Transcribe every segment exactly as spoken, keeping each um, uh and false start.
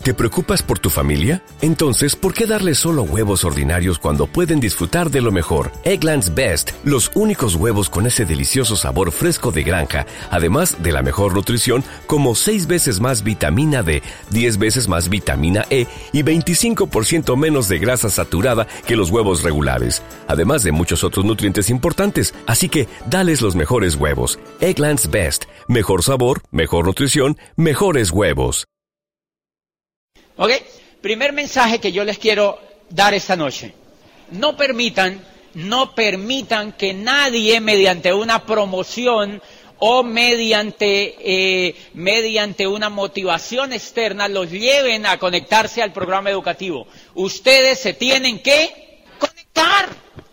¿Te preocupas por tu familia? Entonces, ¿por qué darles solo huevos ordinarios cuando pueden disfrutar de lo mejor? Eggland's Best, los únicos huevos con ese delicioso sabor fresco de granja, además de la mejor nutrición, como seis veces más vitamina D, diez veces más vitamina E y veinticinco por ciento menos de grasa saturada que los huevos regulares, además de muchos otros nutrientes importantes. Así que, dales los mejores huevos. Eggland's Best, mejor sabor, mejor nutrición, mejores huevos. Ok, primer mensaje que yo les quiero dar esta noche. No permitan, no permitan que nadie mediante una promoción o mediante, eh, mediante una motivación externa los lleven a conectarse al programa educativo. Ustedes se tienen que conectar.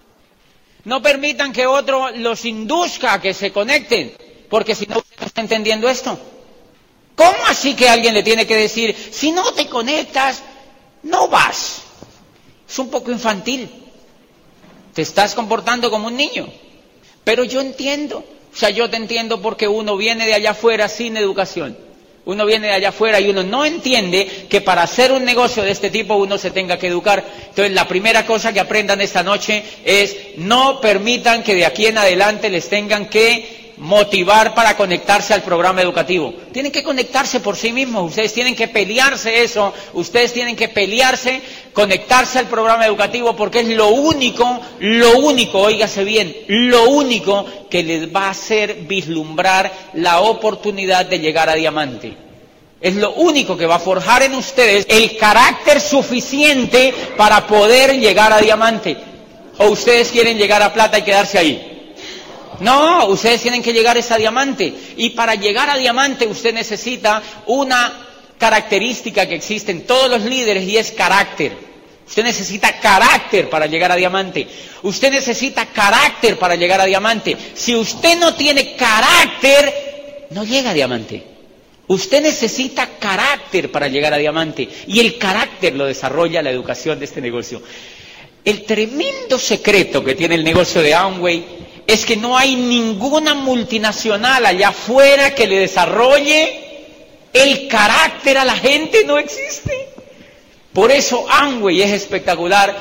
No permitan que otro los induzca a que se conecten, porque si no, usted no está entendiendo esto. ¿Cómo así que alguien le tiene que decir, si no te conectas, no vas? Es un poco infantil. Te estás comportando como un niño. Pero yo entiendo, o sea, yo te entiendo porque uno viene de allá afuera sin educación. Uno viene de allá afuera y uno no entiende que para hacer un negocio de este tipo uno se tenga que educar. Entonces, la primera cosa que aprendan esta noche es no permitan que de aquí en adelante les tengan que motivar para conectarse al programa educativo. Tienen que conectarse por sí mismos, ustedes tienen que pelearse eso, ustedes tienen que pelearse, conectarse al programa educativo porque es lo único, lo único, óigase bien, lo único que les va a hacer vislumbrar la oportunidad de llegar a diamante. Es lo único que va a forjar en ustedes el carácter suficiente para poder llegar a diamante. ¿O ustedes quieren llegar a plata y quedarse ahí? No, ustedes tienen que llegar a esa diamante. Y para llegar a diamante usted necesita una característica que existe en todos los líderes y es carácter. Usted necesita carácter para llegar a diamante. Usted necesita carácter para llegar a diamante. Si usted no tiene carácter, no llega a diamante. Usted necesita carácter para llegar a diamante. Y el carácter lo desarrolla la educación de este negocio. El tremendo secreto que tiene el negocio de Amway es que no hay ninguna multinacional allá afuera que le desarrolle el carácter a la gente, no existe. Por eso Amway es espectacular,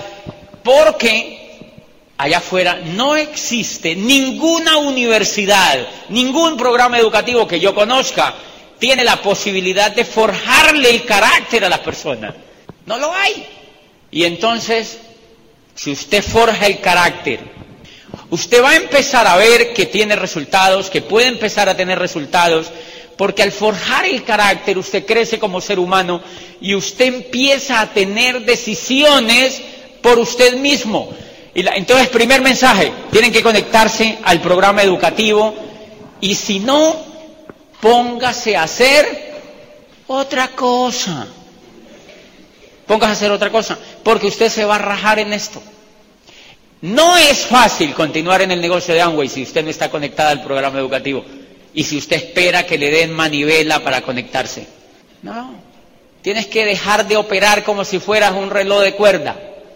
porque allá afuera no existe ninguna universidad, ningún programa educativo que yo conozca tiene la posibilidad de forjarle el carácter a las personas. No lo hay. Y entonces, si usted forja el carácter, usted va a empezar a ver que tiene resultados, que puede empezar a tener resultados, porque al forjar el carácter usted crece como ser humano y usted empieza a tener decisiones por usted mismo. Y la, entonces, primer mensaje, tienen que conectarse al programa educativo y si no, póngase a hacer otra cosa. Póngase a hacer otra cosa, porque usted se va a rajar en esto. No es fácil continuar en el negocio de Amway si usted no está conectada al programa educativo y si usted espera que le den manivela para conectarse. No, tienes que dejar de operar como si fueras un reloj de cuerda.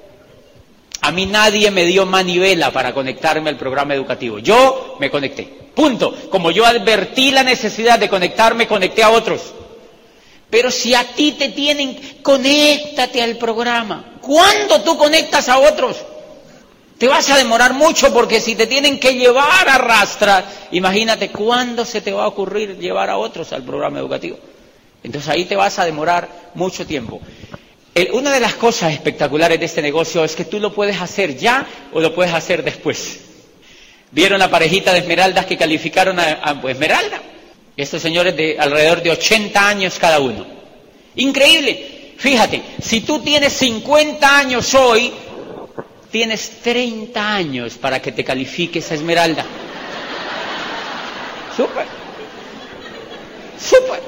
A mí nadie me dio manivela para conectarme al programa educativo. Yo me conecté, punto. Como yo advertí la necesidad de conectarme, conecté a otros. Pero si a ti te tienen, conéctate al programa. ¿Cuándo tú conectas a otros? Te vas a demorar mucho porque si te tienen que llevar a rastras, imagínate cuándo se te va a ocurrir llevar a otros al programa educativo. Entonces ahí te vas a demorar mucho tiempo. El, una de las cosas espectaculares de este negocio es que tú lo puedes hacer ya o lo puedes hacer después. ¿Vieron la parejita de esmeraldas que calificaron a, a pues, Esmeralda? Estos señores de alrededor de ochenta años cada uno. Increíble. Fíjate, si tú tienes cincuenta años hoy, tienes treinta años para que te califiques a Esmeralda. Súper. Súper.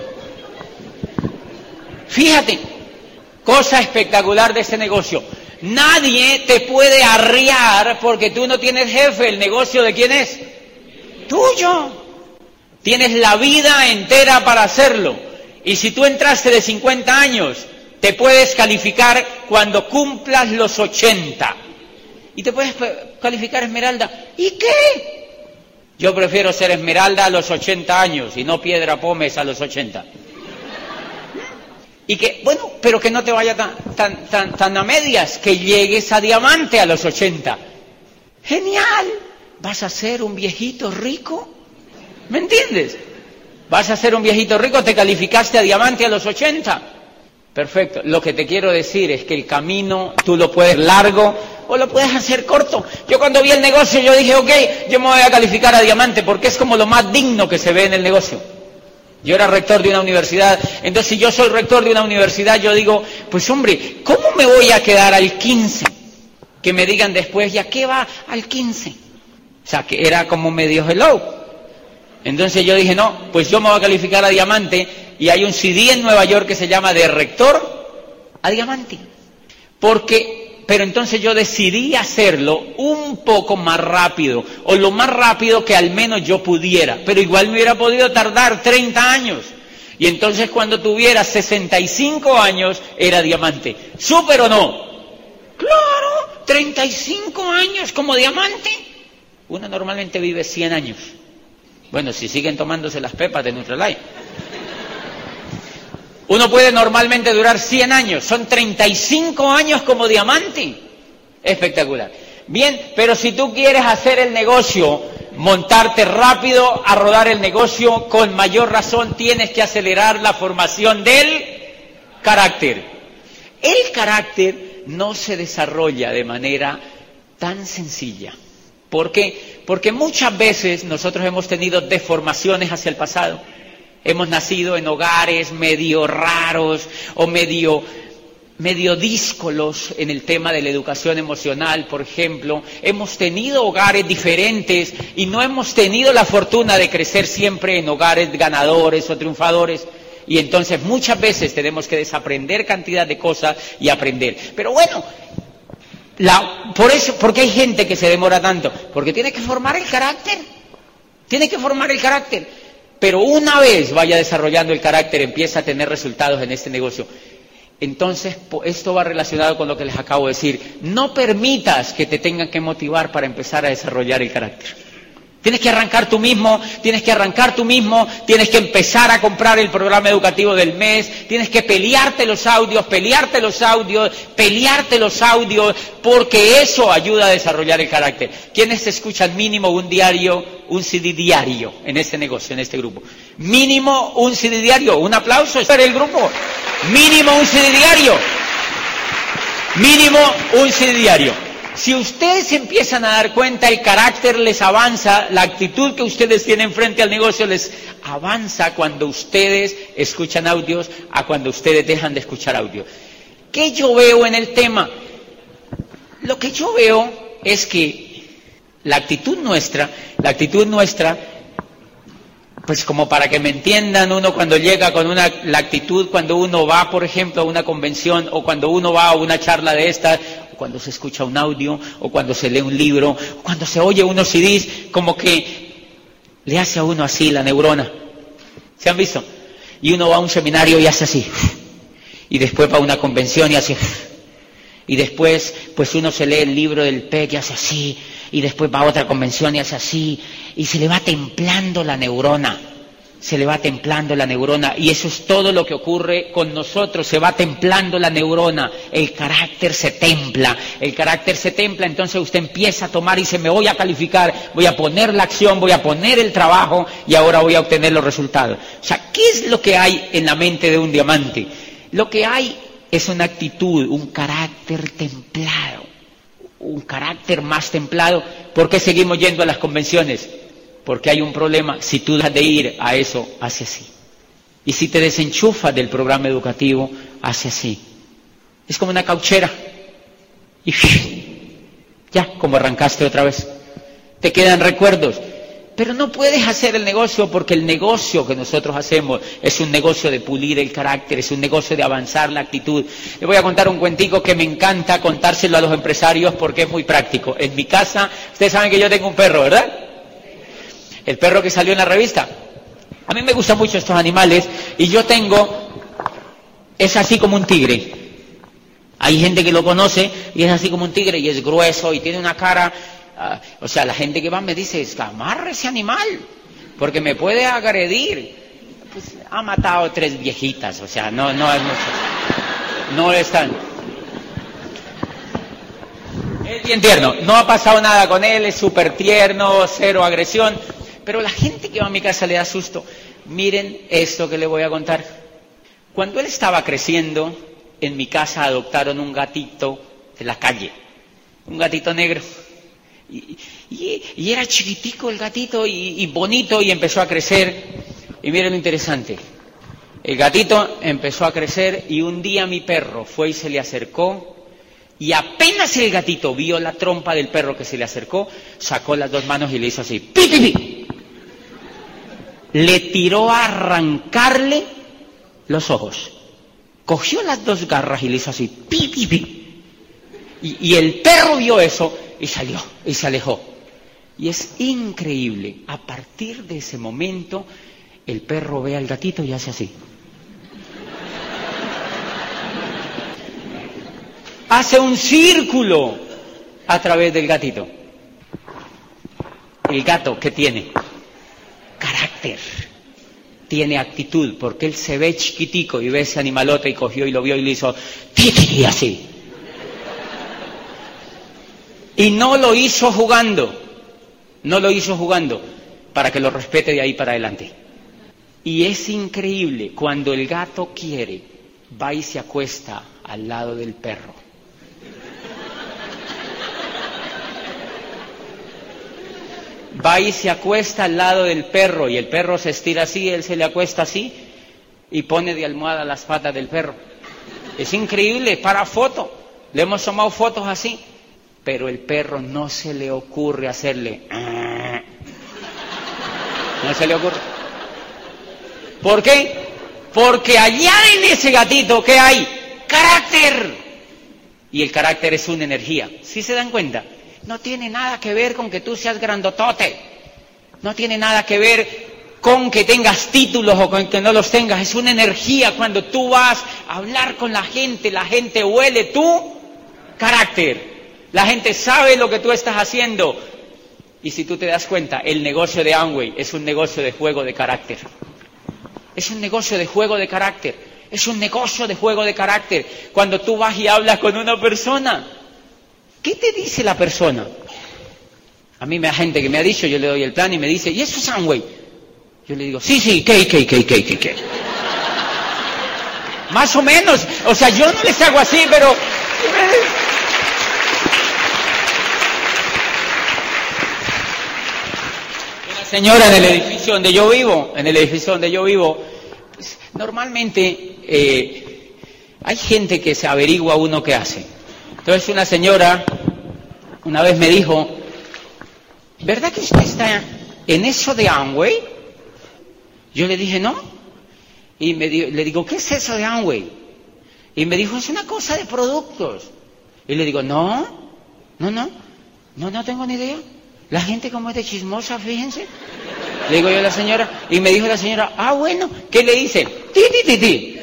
Fíjate, cosa espectacular de este negocio. Nadie te puede arriar porque tú no tienes jefe. ¿El negocio de quién es? Tuyo. Tienes la vida entera para hacerlo. Y si tú entraste de cincuenta años, te puedes calificar cuando cumplas los ochenta. Y te puedes calificar Esmeralda. ¿Y qué? Yo prefiero ser Esmeralda a los ochenta años y no Piedra Pómez a los ochenta. Y que, bueno, pero que no te vaya tan, tan, tan, tan a medias, que llegues a diamante a los ochenta. ¡Genial! ¿Vas a ser un viejito rico? ¿Me entiendes? ¿Vas a ser un viejito rico? ¿Te calificaste a diamante a los ochenta? Perfecto. Lo que te quiero decir es que el camino tú lo puedes largo o lo puedes hacer corto. Yo cuando vi el negocio yo dije, ok, yo me voy a calificar a diamante porque es como lo más digno que se ve en el negocio. Yo era rector de una universidad, entonces si yo soy rector de una universidad, yo digo, pues hombre, ¿cómo me voy a quedar al quince? Que me digan después, ¿ya qué va al quince? O sea, que era como medio hello. Entonces yo dije, no, pues yo me voy a calificar a diamante, y hay un C D en Nueva York que se llama de rector a diamante. Porque, pero entonces yo decidí hacerlo un poco más rápido, o lo más rápido que al menos yo pudiera, pero igual me hubiera podido tardar treinta años. Y entonces cuando tuviera sesenta y cinco años, era diamante. ¿Súper o no? Claro, treinta y cinco años como diamante. Uno normalmente vive cien años. Bueno, si siguen tomándose las pepas de Nutrilite. Uno puede normalmente durar cien años, son treinta y cinco años como diamante. Espectacular. Bien, pero si tú quieres hacer el negocio, montarte rápido a rodar el negocio, con mayor razón tienes que acelerar la formación del carácter. El carácter no se desarrolla de manera tan sencilla. ¿Por qué? Porque muchas veces nosotros hemos tenido deformaciones hacia el pasado. Hemos nacido en hogares medio raros o medio, medio díscolos en el tema de la educación emocional, por ejemplo. Hemos tenido hogares diferentes y no hemos tenido la fortuna de crecer siempre en hogares ganadores o triunfadores. Y entonces muchas veces tenemos que desaprender cantidad de cosas y aprender. Pero bueno, la, por eso, ¿por qué hay gente que se demora tanto? Porque tiene que formar el carácter. Tiene que formar el carácter. Pero una vez vaya desarrollando el carácter, empieza a tener resultados en este negocio. Entonces, esto va relacionado con lo que les acabo de decir. No permitas que te tengan que motivar para empezar a desarrollar el carácter. Tienes que arrancar tú mismo, tienes que arrancar tú mismo, tienes que empezar a comprar el programa educativo del mes, tienes que pelearte los audios, pelearte los audios, pelearte los audios, porque eso ayuda a desarrollar el carácter. ¿Quiénes escuchan mínimo un diario, un C D diario en este negocio, en este grupo? Mínimo un C D diario, un aplauso para el grupo. Mínimo un C D diario. Mínimo un C D diario. Si ustedes empiezan a dar cuenta, el carácter les avanza, la actitud que ustedes tienen frente al negocio les avanza cuando ustedes escuchan audios a cuando ustedes dejan de escuchar audios. ¿Qué yo veo en el tema? Lo que yo veo es que la actitud nuestra, la actitud nuestra, pues como para que me entiendan, uno cuando llega con una, la actitud cuando uno va, por ejemplo, a una convención, o cuando uno va a una charla de estas, cuando se escucha un audio, o cuando se lee un libro, o cuando se oye unos C Ds, como que le hace a uno así la neurona. ¿Se han visto? Y uno va a un seminario y hace así, y después va a una convención y hace, y después pues uno se lee el libro del P E C y hace así, y después va a otra convención y hace así, y se le va templando la neurona. Se le va templando la neurona, y eso es todo lo que ocurre con nosotros, se va templando la neurona, el carácter se templa, el carácter se templa, entonces usted empieza a tomar y dice, me voy a calificar, voy a poner la acción, voy a poner el trabajo, y ahora voy a obtener los resultados. O sea, ¿qué es lo que hay en la mente de un diamante? Lo que hay es una actitud, un carácter templado, un carácter más templado. ¿Por qué seguimos yendo a las convenciones? Porque hay un problema. Si tú dejas de ir a eso, hace así. Y si te desenchufas del programa educativo, hace así. Es como una cauchera. Y ya, como arrancaste otra vez. Te quedan recuerdos. Pero no puedes hacer el negocio, porque el negocio que nosotros hacemos es un negocio de pulir el carácter, es un negocio de avanzar la actitud. Les voy a contar un cuentico que me encanta contárselo a los empresarios porque es muy práctico. En mi casa, ustedes saben que yo tengo un perro, ¿verdad? El perro que salió en la revista. A mí me gustan mucho estos animales, y yo tengo, es así como un tigre. Hay gente que lo conoce y es así como un tigre, y es grueso y tiene una cara, uh, o sea, la gente que va me dice, amarre ese animal, porque me puede agredir. pues, ha matado tres viejitas, o sea, no, no es mucho. No es tan... Es bien tierno, no ha pasado nada con él, es súper tierno, cero agresión, pero la gente que va a mi casa le da susto. Miren esto que le voy a contar. Cuando él estaba creciendo, en mi casa adoptaron un gatito de la calle, un gatito negro. Y, y, y era chiquitico el gatito y, y bonito y empezó a crecer. Y miren lo interesante, el gatito empezó a crecer y un día mi perro fue y se le acercó y apenas el gatito vio la trompa del perro que se le acercó, sacó las dos manos y le hizo así, ¡pi, pi, pi! Le tiró a arrancarle los ojos, cogió las dos garras y le hizo así, ¡pi, pi, pi! Y, y el perro vio eso y salió y se alejó. Y es increíble, a partir de ese momento el perro ve al gatito y hace así. Hace un círculo a través del gatito. El gato, ¿qué tiene? Carácter. Tiene actitud, porque él se ve chiquitico y ve ese animalote y cogió y lo vio y le hizo y así. Y no lo hizo jugando, no lo hizo jugando, para que lo respete de ahí para adelante. Y es increíble, cuando el gato quiere, va y se acuesta al lado del perro. Va y se acuesta al lado del perro, y el perro se estira así, él se le acuesta así, y pone de almohada las patas del perro. Es increíble, para foto, le hemos tomado fotos así, pero el perro no se le ocurre hacerle... No se le ocurre. ¿Por qué? Porque allá en ese gatito, ¿qué hay? ¡Carácter! Y el carácter es una energía. ¿Sí se dan cuenta? No tiene nada que ver con que tú seas grandotote. No tiene nada que ver con que tengas títulos o con que no los tengas. Es una energía. Cuando tú vas a hablar con la gente, la gente huele tu carácter. La gente sabe lo que tú estás haciendo. Y si tú te das cuenta, el negocio de Amway es un negocio de juego de carácter. Es un negocio de juego de carácter. Es un negocio de juego de carácter. Cuando tú vas y hablas con una persona, ¿qué te dice la persona? A mí me da gente que me ha dicho, yo le doy el plan y me dice, ¿y eso es Amway? Yo le digo, sí, sí, ¿qué, qué, qué, qué, qué, qué? Más o menos. O sea, yo no les hago así, pero... Una señora en el edificio donde yo vivo, en el edificio donde yo vivo, pues, normalmente eh, hay gente que se averigua uno qué hace. Entonces una señora una vez me dijo, ¿verdad que usted está en eso de Amway? Yo le dije, no. Y me di- le digo, ¿qué es eso de Amway? Y me dijo, es una cosa de productos. Y le digo, no, no, no, no, no tengo ni idea. La gente como es de chismosa, fíjense. Le digo yo a la señora, y me dijo la señora, ah, bueno, ¿qué le dice? Ti, ti, ti, ti.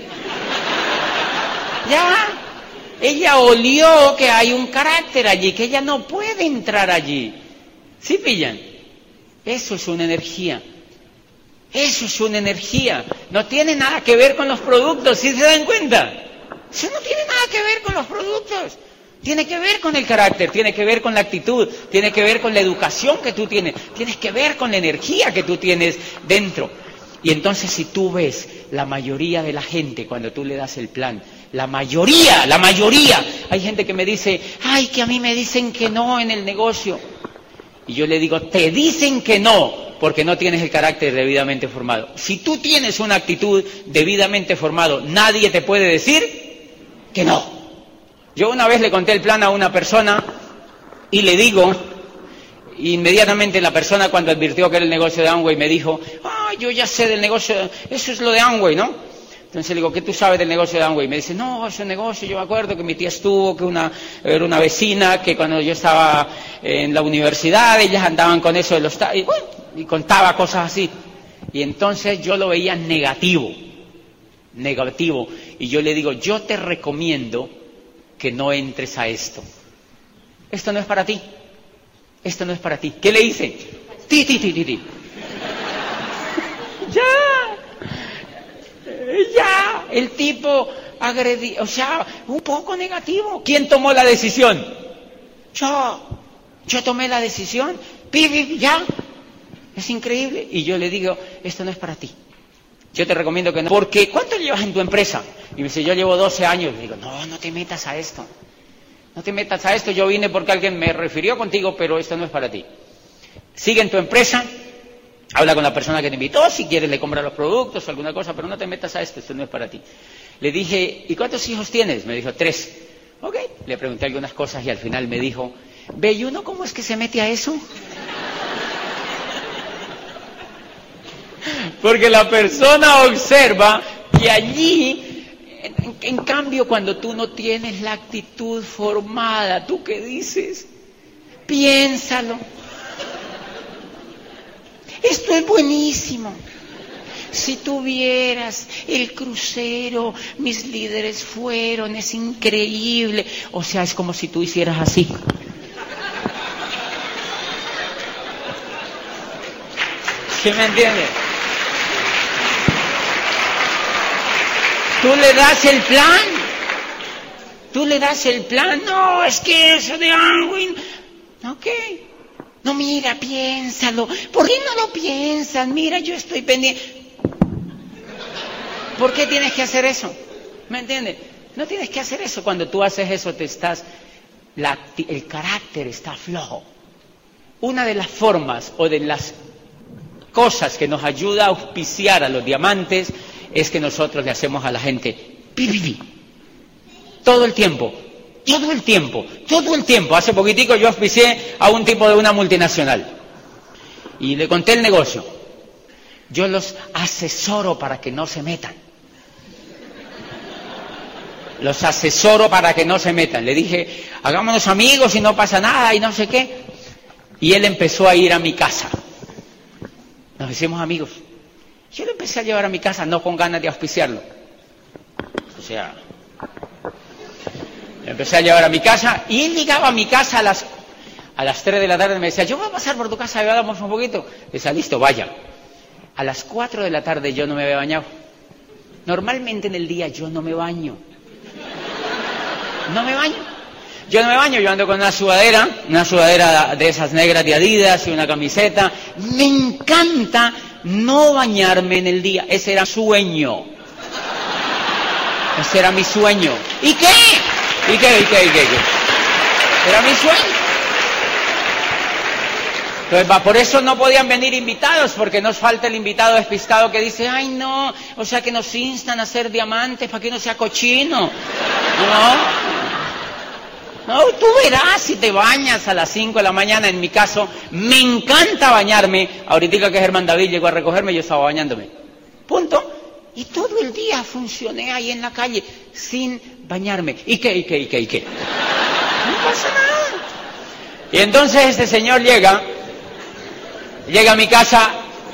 Ya. Ella olió que hay un carácter allí, que ella no puede entrar allí. ¿Sí pillan? Eso es una energía. Eso es una energía. No tiene nada que ver con los productos, ¿sí se dan cuenta? Eso no tiene nada que ver con los productos. Tiene que ver con el carácter, tiene que ver con la actitud, tiene que ver con la educación que tú tienes, tiene que ver con la energía que tú tienes dentro. Y entonces si tú ves la mayoría de la gente cuando tú le das el plan, la mayoría, la mayoría, hay gente que me dice, ay, que a mí me dicen que no en el negocio. Y yo le digo, te dicen que no, porque no tienes el carácter debidamente formado. Si tú tienes una actitud debidamente formado, nadie te puede decir que no. Yo una vez le conté el plan a una persona y le digo, inmediatamente la persona cuando advirtió que era el negocio de Amway me dijo, ah, yo ya sé del negocio, eso es lo de Amway, ¿no? Entonces le digo, ¿qué tú sabes del negocio de Amway? Me dice, no, ese negocio, yo me acuerdo que mi tía estuvo, que una era una vecina, que cuando yo estaba en la universidad, ellas andaban con eso de los... Y, bueno, y contaba cosas así. Y entonces yo lo veía negativo, negativo. Y yo le digo, yo te recomiendo que no entres a esto. Esto no es para ti. Esto no es para ti. ¿Qué le hice? Ti, ti, ti, ti, ti. Ya. ya, el tipo agredí, o sea, un poco negativo. ¿Quién tomó la decisión? Yo, yo tomé la decisión, pibi, ya, es increíble. Y yo le digo, esto no es para ti. Yo te recomiendo que no. Porque, ¿cuánto llevas en tu empresa? Y me dice, yo llevo doce años. Le digo, no, no te metas a esto. No te metas a esto. Yo vine porque alguien me refirió contigo, pero esto no es para ti. Sigue en tu empresa, habla con la persona que te invitó, si quieres le compras los productos o alguna cosa, pero no te metas a esto, esto no es para ti. Le dije, ¿y cuántos hijos tienes? Me dijo, tres. Ok, le pregunté algunas cosas y al final me dijo, ¿ve y uno cómo es que se mete a eso? Porque la persona observa que allí, en, en cambio, cuando tú no tienes la actitud formada, ¿tú qué dices? Piénsalo. Esto es buenísimo. Si tuvieras el crucero, mis líderes fueron, es increíble. O sea, es como si tú hicieras así. ¿Sí me entiendes? Tú le das el plan. Tú le das el plan. No, es que eso de Amway. Ok. No, mira, piénsalo. ¿Por qué no lo piensas? Mira, yo estoy pendiente. ¿Por qué tienes que hacer eso? ¿Me entiendes? No tienes que hacer eso. Cuando tú haces eso, te estás, la, el carácter está flojo. Una de las formas o de las cosas que nos ayuda a auspiciar a los diamantes es que nosotros le hacemos a la gente pi, pi, pi. Todo el tiempo. Todo el tiempo, todo el tiempo. Hace poquitico yo auspicié a un tipo de una multinacional y le conté el negocio. Yo los asesoro para que no se metan. Los asesoro para que no se metan. Le dije, hagámonos amigos y no pasa nada y no sé qué. Y él empezó a ir a mi casa. Nos hicimos amigos. Yo lo empecé a llevar a mi casa, no con ganas de auspiciarlo. O sea... Me empecé a llevar a mi casa y él llegaba a mi casa a las a las tres de la tarde y me decía, yo voy a pasar por tu casa y hablamos un poquito. Le decía, listo, vaya. A las cuatro de la tarde yo no me había bañado. Normalmente en el día yo no me baño. No me baño. Yo no me baño, yo ando con una sudadera, una sudadera de esas negras de Adidas y una camiseta. Me encanta no bañarme en el día. Ese era sueño. Ese era mi sueño. ¿Y qué? ¿Y qué? ¿Y qué? ¿Y qué? ¿Y qué? Era mi sueño. Entonces, va, por eso no podían venir invitados, porque nos falta el invitado despistado que dice, ay no, o sea que nos instan a hacer diamantes para que no sea cochino. No, no, tú verás si te bañas a las cinco de la mañana. En mi caso, me encanta bañarme. Ahorita que Germán David llegó a recogerme, yo estaba bañándome. Punto. Y todo el día funcioné ahí en la calle sin bañarme. ¿Y qué? ¿Y qué? ¿Y qué? ¿Y qué? No pasa nada. Y entonces este señor llega, llega a mi casa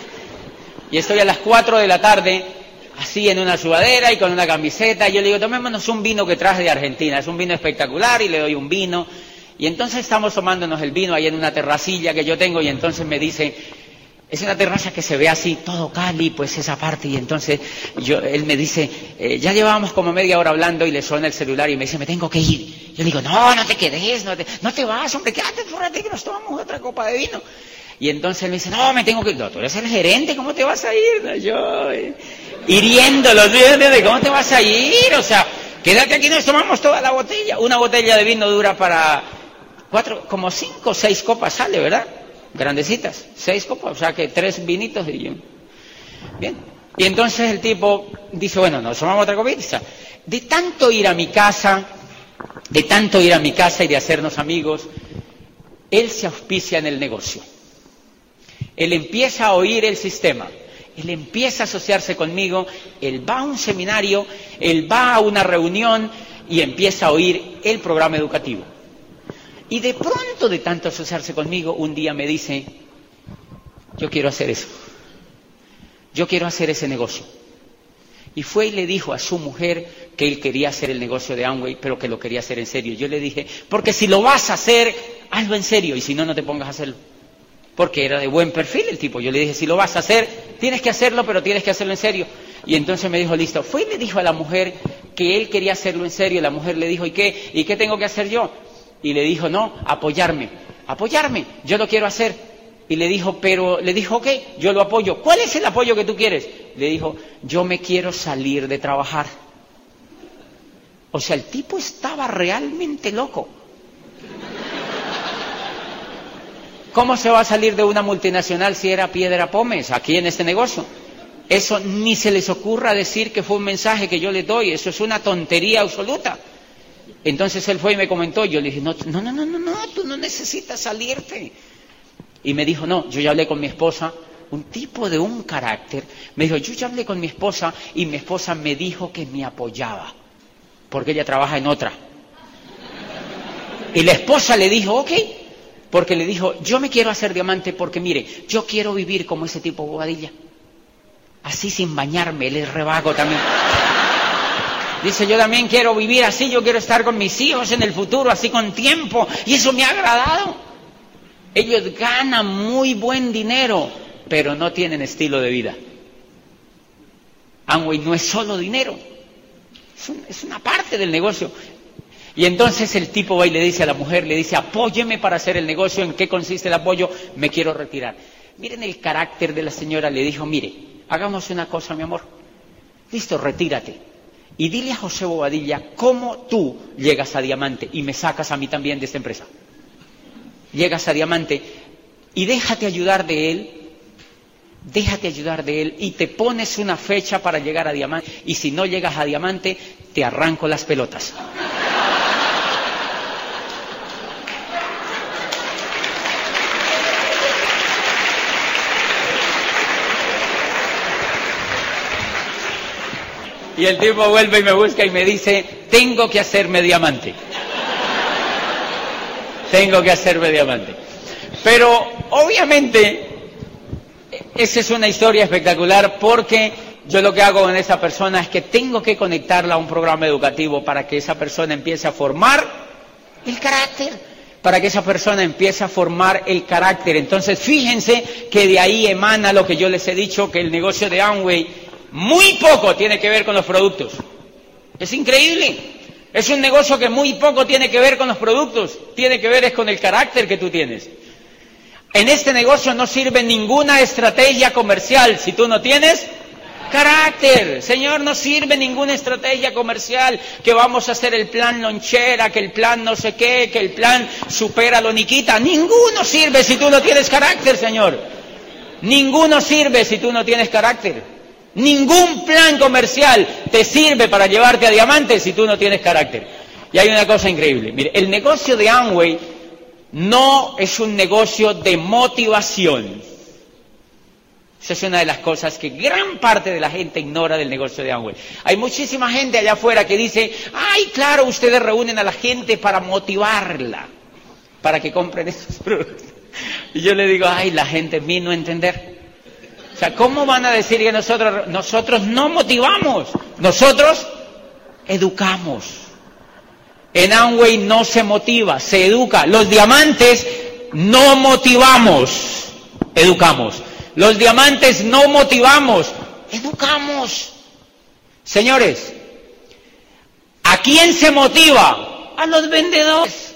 y estoy a las cuatro de la tarde, así en una sudadera y con una camiseta. Y yo le digo, tomémonos un vino que traje de Argentina. Es un vino espectacular y le doy un vino. Y entonces estamos tomándonos el vino ahí en una terracilla que yo tengo y entonces me dice... Es una terraza que se ve así, todo Cali, pues esa parte, y entonces yo, él me dice, eh, ya llevábamos como media hora hablando y le suena el celular y me dice, me tengo que ir. Yo le digo, no, no te quedes, no te, no te vas, hombre, quédate, fórate que nos tomamos otra copa de vino. Y entonces él me dice, no, me tengo que ir. No, tú eres el gerente, ¿cómo te vas a ir? No, yo, eh, hiriéndolo, ¿cómo te vas a ir? O sea, quédate aquí, nos tomamos toda la botella. Una botella de vino dura para cuatro, como cinco o seis copas sale, ¿verdad? Grandecitas, seis copas, o sea que tres vinitos y yo. Bien. Y entonces el tipo dice, bueno, nos tomamos otra copita. De tanto ir a mi casa, de tanto ir a mi casa y de hacernos amigos, él se auspicia en el negocio. Él empieza a oír el sistema. Él empieza a asociarse conmigo. Él va a un seminario, él va a una reunión y empieza a oír el programa educativo. Y de pronto, de tanto asociarse conmigo, un día me dice, yo quiero hacer eso. Yo quiero hacer ese negocio. Y fue y le dijo a su mujer que él quería hacer el negocio de Amway, pero que lo quería hacer en serio. Yo le dije, porque si lo vas a hacer, hazlo en serio, y si no, no te pongas a hacerlo. Porque era de buen perfil el tipo. Yo le dije, si lo vas a hacer, tienes que hacerlo, pero tienes que hacerlo en serio. Y entonces me dijo, listo. Fue y le dijo a la mujer que él quería hacerlo en serio. La mujer le dijo, ¿y qué? ¿Y qué tengo que hacer yo? Y le dijo, no, apoyarme. Apoyarme, yo lo quiero hacer. Y le dijo, pero, le dijo, ok, yo lo apoyo. ¿Cuál es el apoyo que tú quieres? Le dijo, yo me quiero salir de trabajar. O sea, el tipo estaba realmente loco. ¿Cómo se va a salir de una multinacional si era Piedra Pómez aquí en este negocio? Eso ni se les ocurra decir que fue un mensaje que yo les doy, eso es una tontería absoluta. Entonces él fue y me comentó, yo le dije, no, no, no, no, no, no, tú no necesitas salirte. Y me dijo, no, yo ya hablé con mi esposa, un tipo de un carácter, me dijo, yo ya hablé con mi esposa y mi esposa me dijo que me apoyaba, porque ella trabaja en otra. Y la esposa le dijo, ok, porque le dijo, yo me quiero hacer diamante porque mire, yo quiero vivir como ese tipo Bobadilla. Así sin bañarme, les rebago también. Dice, yo también quiero vivir así, yo quiero estar con mis hijos en el futuro, así con tiempo, y eso me ha agradado. Ellos ganan muy buen dinero, pero no tienen estilo de vida. Amway no es solo dinero, es, un, es una parte del negocio. Y entonces el tipo va y le dice a la mujer, le dice, apóyeme para hacer el negocio. ¿En qué consiste el apoyo? Me quiero retirar. Miren el carácter de la señora, le dijo, mire, hagamos una cosa, mi amor. Listo, retírate. Y dile a José Bobadilla cómo tú llegas a diamante y me sacas a mí también de esta empresa. Llegas a diamante y déjate ayudar de él, déjate ayudar de él y te pones una fecha para llegar a diamante. Y si no llegas a diamante, te arranco las pelotas. Y el tipo vuelve y me busca y me dice, tengo que hacerme diamante. Tengo que hacerme diamante. Pero obviamente esa es una historia espectacular porque yo lo que hago con esa persona es que tengo que conectarla a un programa educativo para que esa persona empiece a formar el carácter, para que esa persona empiece a formar el carácter. Entonces fíjense que de ahí emana lo que yo les he dicho, que el negocio de Amway muy poco tiene que ver con los productos. Es increíble. Es un negocio que muy poco tiene que ver con los productos. Tiene que ver es con el carácter que tú tienes. En este negocio no sirve ninguna estrategia comercial si tú no tienes carácter. Señor, no sirve ninguna estrategia comercial, que vamos a hacer el plan lonchera, que el plan no sé qué, que el plan supera lo Niquita. Ninguno sirve si tú no tienes carácter, Señor. Ninguno sirve si tú no tienes carácter. Ningún plan comercial te sirve para llevarte a diamante si tú no tienes carácter. Y hay una cosa increíble. Mire, el negocio de Amway no es un negocio de motivación. Esa es una de las cosas que gran parte de la gente ignora del negocio de Amway. Hay muchísima gente allá afuera que dice, ay, claro, ustedes reúnen a la gente para motivarla, para que compren esos productos. Y yo le digo, ay, la gente vino a entender. O sea, ¿cómo van a decir que nosotros, nosotros no motivamos? Nosotros educamos. En Amway no se motiva, se educa. Los diamantes no motivamos, educamos. Los diamantes no motivamos, educamos. Señores, ¿a quién se motiva? A los vendedores.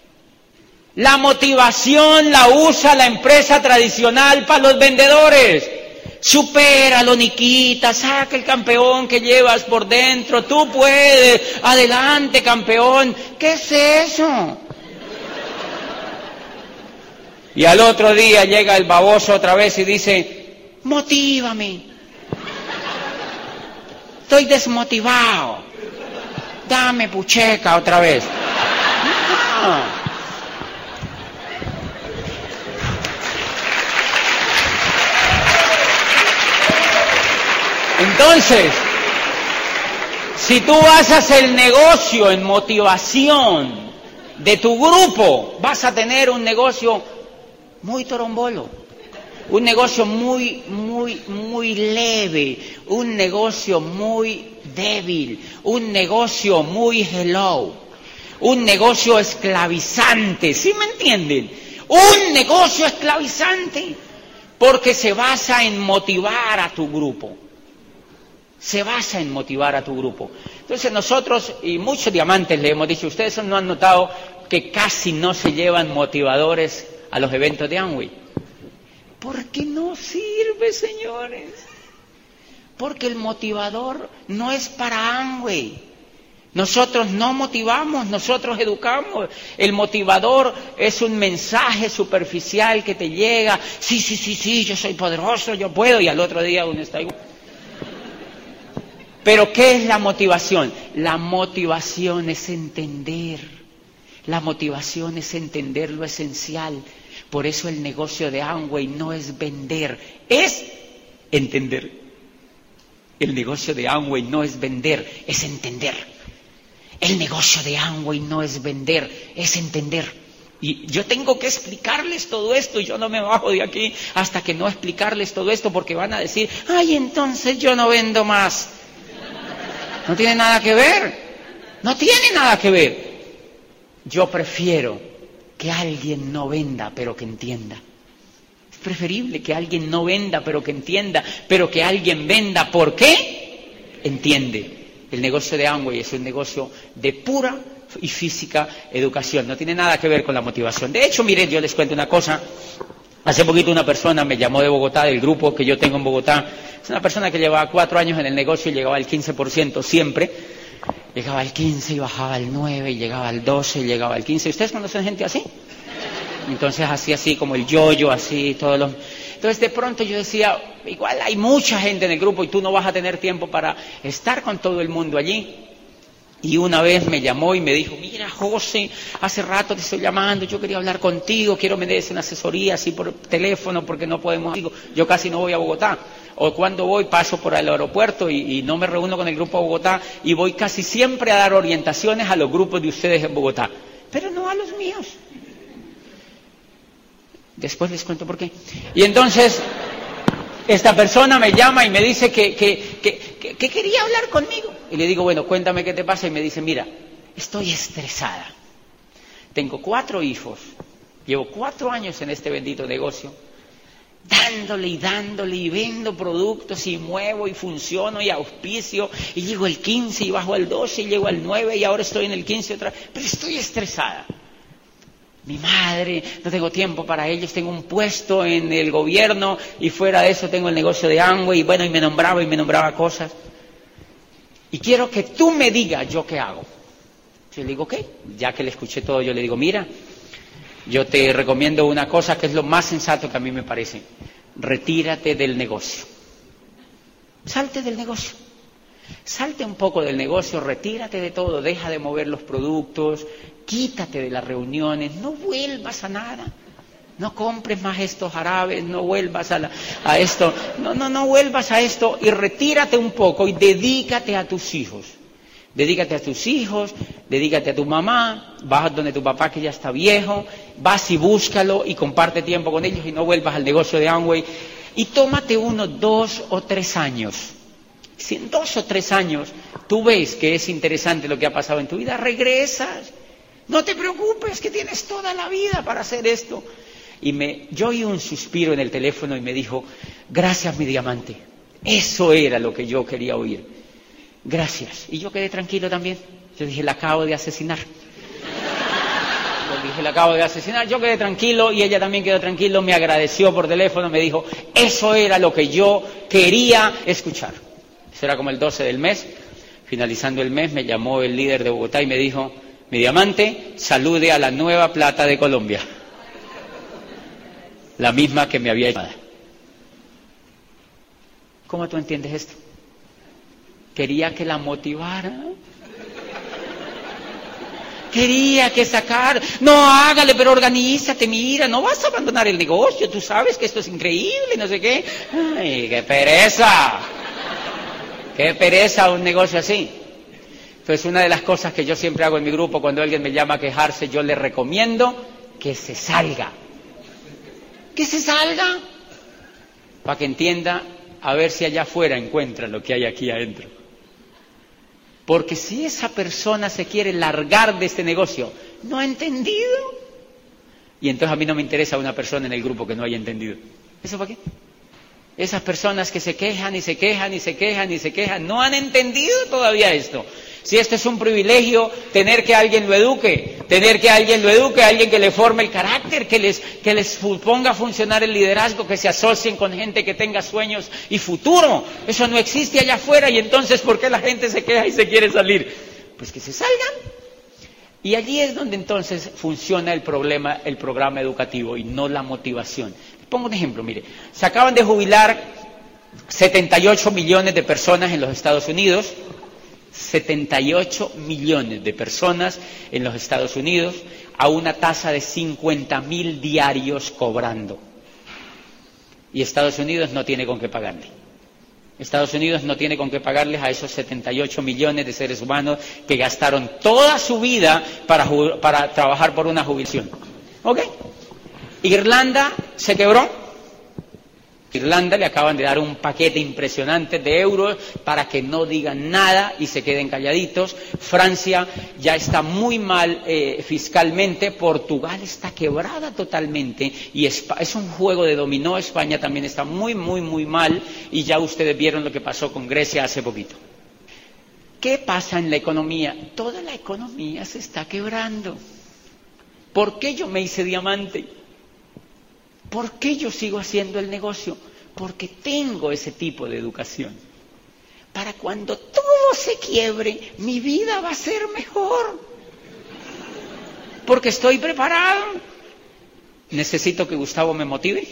La motivación la usa la empresa tradicional para los vendedores. Supéralo, Niquita, saca el campeón que llevas por dentro, tú puedes, adelante, campeón. ¿Qué es eso? Y al otro día llega el baboso otra vez y dice, motívame. Estoy desmotivado. Dame pucheca otra vez. No. Entonces, si tú basas el negocio en motivación de tu grupo, vas a tener un negocio muy torombolo, un negocio muy, muy, muy leve, un negocio muy débil, un negocio muy hello, un negocio esclavizante, ¿sí me entienden? Un negocio esclavizante. porque se basa en motivar a tu grupo. Se basa en motivar a tu grupo. Entonces nosotros, y muchos diamantes le hemos dicho, ustedes no han notado que casi no se llevan motivadores a los eventos de Amway. Porque no sirve, señores. Porque el motivador no es para Amway. Nosotros no motivamos, nosotros educamos. El motivador es un mensaje superficial que te llega. Sí, sí, sí, sí, yo soy poderoso, yo puedo. Y al otro día uno está igual. Pero ¿qué es la motivación? La motivación es entender. La motivación es entender lo esencial. Por eso el negocio de Amway no es vender, es entender. El negocio de Amway no es vender, es entender. El negocio de Amway no es vender, es entender. Y yo tengo que explicarles todo esto y yo no me bajo de aquí hasta que no explicarles todo esto porque van a decir, ay, entonces yo no vendo más. No tiene nada que ver, no tiene nada que ver. Yo prefiero que alguien no venda, pero que entienda. Es preferible que alguien no venda, pero que entienda, pero que alguien venda. ¿Por qué? Entiende. El negocio de Amway es un negocio de pura y física educación. No tiene nada que ver con la motivación. De hecho, miren, yo les cuento una cosa. Hace poquito una persona me llamó de Bogotá, del grupo que yo tengo en Bogotá. Es una persona que llevaba cuatro años en el negocio y llegaba al quince por ciento siempre. Llegaba al quince y bajaba al nueve, y llegaba al doce y llegaba al quince. ¿Ustedes conocen gente así? Entonces así, así como el yo-yo, así, todos los... Entonces de pronto yo decía, igual hay mucha gente en el grupo y tú no vas a tener tiempo para estar con todo el mundo allí. Y una vez me llamó y me dijo, mira José, hace rato te estoy llamando, yo quería hablar contigo, quiero me des una asesoría así por teléfono porque no podemos... Digo, yo casi no voy a Bogotá. O cuando voy paso por el aeropuerto y, y no me reúno con el grupo de Bogotá y voy casi siempre a dar orientaciones a los grupos de ustedes en Bogotá, pero no a los míos. Después les cuento por qué. Y entonces esta persona me llama y me dice que, que, que, que, que quería hablar conmigo. Y le digo, bueno, cuéntame qué te pasa. Y me dice, mira, estoy estresada. Tengo cuatro hijos. Llevo cuatro años en este bendito negocio. Dándole y dándole y vendo productos y muevo y funciono y auspicio. Y llego el quince y bajo al doce y llego al nueve y ahora estoy en el quince otra vez. Pero estoy estresada. Mi madre, no tengo tiempo para ellos, tengo un puesto en el gobierno y fuera de eso tengo el negocio de Amway y bueno, y me nombraba y me nombraba cosas. Y quiero que tú me digas yo qué hago. Yo le digo, ¿qué? Ya que le escuché todo, yo le digo, mira, yo te recomiendo una cosa que es lo más sensato que a mí me parece. Retírate del negocio. Salte del negocio. Salte un poco del negocio, retírate de todo, deja de mover los productos, quítate de las reuniones, no vuelvas a nada. No compres más estos jarabes, no vuelvas a, la, a esto, no, no, no vuelvas a esto y retírate un poco y dedícate a tus hijos. Dedícate a tus hijos, dedícate a tu mamá, vas donde tu papá que ya está viejo, vas y búscalo y comparte tiempo con ellos y no vuelvas al negocio de Amway. Y tómate unos dos o tres años. Si en dos o tres años tú ves que es interesante lo que ha pasado en tu vida, regresas. No te preocupes, que tienes toda la vida para hacer esto. Y me, yo oí un suspiro en el teléfono y me dijo, gracias mi diamante, eso era lo que yo quería oír. Gracias. Y yo quedé tranquilo también. Yo dije, la acabo de asesinar. Yo dije, la acabo de asesinar. Yo quedé tranquilo y ella también quedó tranquilo. Me agradeció por teléfono, me dijo, eso era lo que yo quería escuchar. Eso era como el doce del mes. Finalizando el mes me llamó el líder de Bogotá y me dijo, mi diamante, salude a la nueva plata de Colombia. La misma que me había llamado. ¿Cómo tú entiendes esto? Quería que la motivara. Quería que sacara. No, hágale, pero organízate, mira, no vas a abandonar el negocio, tú sabes que esto es increíble, no sé qué. Ay, qué pereza. Qué pereza un negocio así. Entonces, una de las cosas que yo siempre hago en mi grupo, cuando alguien me llama a quejarse, yo le recomiendo que se salga. Que se salga. Para que entienda, a ver si allá afuera encuentra lo que hay aquí adentro. Porque si esa persona se quiere largar de este negocio, no ha entendido. Y entonces a mí no me interesa una persona en el grupo que no haya entendido. ¿Eso para qué? Esas personas que se quejan y se quejan y se quejan y se quejan, no han entendido todavía esto. Si este es un privilegio, tener que alguien lo eduque, tener que alguien lo eduque, alguien que le forme el carácter, que les, que les ponga a funcionar el liderazgo, que se asocien con gente que tenga sueños y futuro. Eso no existe allá afuera, y entonces, ¿por qué la gente se queja y se quiere salir? Pues que se salgan. Y allí es donde entonces funciona el problema, el programa educativo y no la motivación. Pongo un ejemplo, mire, se acaban de jubilar setenta y ocho millones de personas en los Estados Unidos, setenta y ocho millones de personas en los Estados Unidos a una tasa de cincuenta mil diarios cobrando. Y Estados Unidos no tiene con qué pagarle. Estados Unidos no tiene con qué pagarles a esos setenta y ocho millones de seres humanos que gastaron toda su vida para, para trabajar por una jubilación. ¿Ok? Irlanda se quebró. Irlanda le acaban de dar un paquete impresionante de euros para que no digan nada y se queden calladitos. Francia ya está muy mal eh, fiscalmente. Portugal está quebrada totalmente y es un juego de dominó. España también está muy, muy, muy mal y ya ustedes vieron lo que pasó con Grecia hace poquito. ¿Qué pasa en la economía? Toda la economía se está quebrando. ¿Por qué yo me hice diamante? ¿Por qué yo sigo haciendo el negocio? Porque tengo ese tipo de educación. Para cuando todo se quiebre, mi vida va a ser mejor. Porque estoy preparado. ¿Necesito que Gustavo me motive?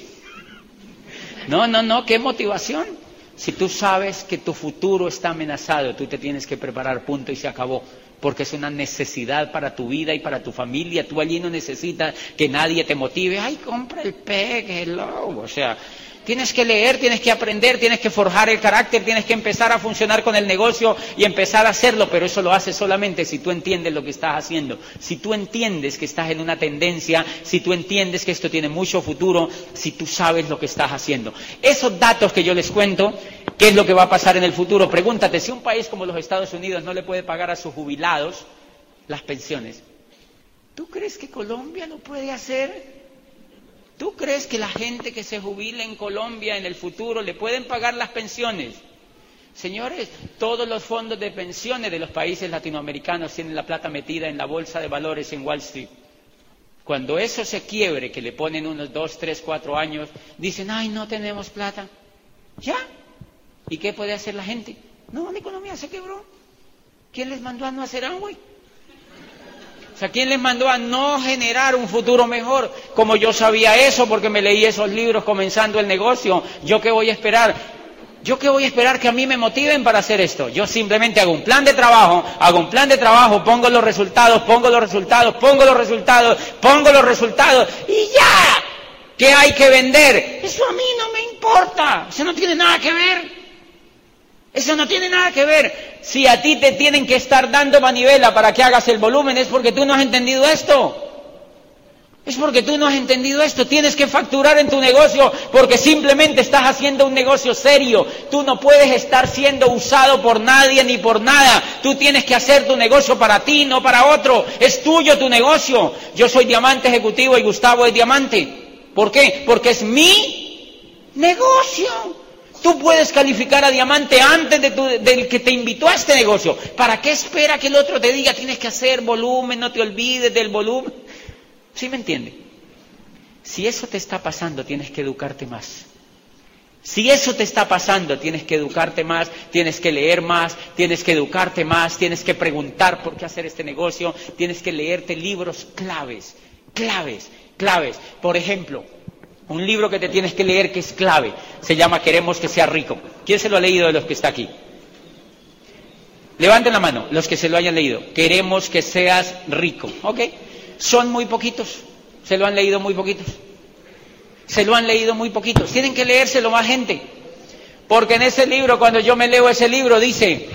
No, no, no, ¿qué motivación? Si tú sabes que tu futuro está amenazado, tú te tienes que preparar, punto, y se acabó. Porque es una necesidad para tu vida y para tu familia. Tú allí no necesitas que nadie te motive. Ay, compra el P E G, hello. O sea, tienes que leer, tienes que aprender, tienes que forjar el carácter, tienes que empezar a funcionar con el negocio y empezar a hacerlo. Pero eso lo haces solamente si tú entiendes lo que estás haciendo. Si tú entiendes que estás en una tendencia, si tú entiendes que esto tiene mucho futuro, si tú sabes lo que estás haciendo. Esos datos que yo les cuento, ¿qué es lo que va a pasar en el futuro? Pregúntate, si un país como los Estados Unidos no le puede pagar a sus jubilados las pensiones, ¿tú crees que Colombia lo puede hacer? ¿Tú crees que la gente que se jubile en Colombia en el futuro le pueden pagar las pensiones? Señores, todos los fondos de pensiones de los países latinoamericanos tienen la plata metida en la bolsa de valores en Wall Street. Cuando eso se quiebre, que le ponen unos dos, tres, cuatro años, dicen, ay, no tenemos plata. ¿Ya? ¿Y qué puede hacer la gente? No, la economía se quebró. ¿Quién les mandó a no hacer Amway? O sea, ¿quién les mandó a no generar un futuro mejor? Como yo sabía eso porque me leí esos libros comenzando el negocio, ¿yo qué voy a esperar? ¿Yo qué voy a esperar que a mí me motiven para hacer esto? Yo simplemente hago un plan de trabajo, hago un plan de trabajo, pongo los resultados, pongo los resultados, pongo los resultados, pongo los resultados y ya. ¿Qué hay que vender? Eso a mí no me importa, eso no tiene nada que ver. Eso no tiene nada que ver. Si a ti te tienen que estar dando manivela para que hagas el volumen, es porque tú no has entendido esto. Es porque tú no has entendido esto. Tienes que facturar en tu negocio porque simplemente estás haciendo un negocio serio. Tú no puedes estar siendo usado por nadie ni por nada. Tú tienes que hacer tu negocio para ti, no para otro. Es tuyo tu negocio. Yo soy diamante ejecutivo y Gustavo es diamante. ¿Por qué? Porque es mi negocio. Tú puedes calificar a diamante antes de tu, del que te invitó a este negocio. ¿Para qué espera que el otro te diga tienes que hacer volumen, no te olvides del volumen? ¿Sí me entiende? Si eso te está pasando, tienes que educarte más. Si eso te está pasando, tienes que educarte más, tienes que leer más, tienes que educarte más, tienes que preguntar por qué hacer este negocio, tienes que leerte libros claves, claves, claves. Por ejemplo, un libro que te tienes que leer que es clave, se llama Queremos que seas rico. ¿Quién se lo ha leído de los que está aquí? Levanten la mano, los que se lo hayan leído. Queremos que seas rico, ¿ok? Son muy poquitos, se lo han leído muy poquitos. Se lo han leído muy poquitos. Tienen que leérselo más gente. Porque en ese libro, cuando yo me leo ese libro, dice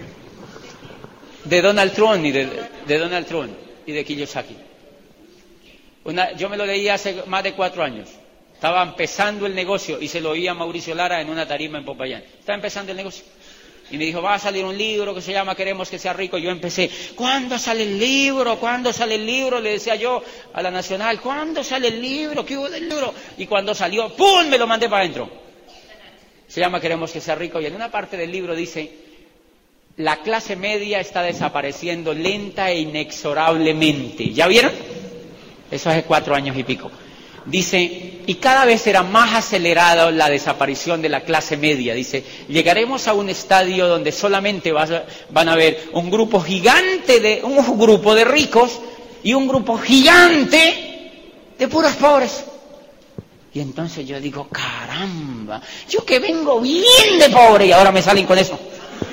de Donald Trump y de, de Donald Trump y de Kiyosaki. Una, yo me lo leí hace más de cuatro años. Estaba empezando el negocio y se lo oía a Mauricio Lara en una tarima en Popayán. Estaba empezando el negocio. Y me dijo, va a salir un libro que se llama Queremos que sea rico. Yo empecé, ¿cuándo sale el libro? ¿Cuándo sale el libro? Le decía yo a la Nacional, ¿cuándo sale el libro? ¿Qué hubo del libro? Y cuando salió, ¡pum!, me lo mandé para adentro. Se llama Queremos que sea rico. Y en una parte del libro dice, la clase media está desapareciendo lenta e inexorablemente. ¿Ya vieron? Eso hace cuatro años y pico. Dice, y cada vez será más acelerada la desaparición de la clase media. Dice, llegaremos a un estadio donde solamente vas a, van a haber un grupo gigante de, un grupo de ricos y un grupo gigante de puros pobres. Y entonces yo digo, caramba, yo que vengo bien de pobre y ahora me salen con eso.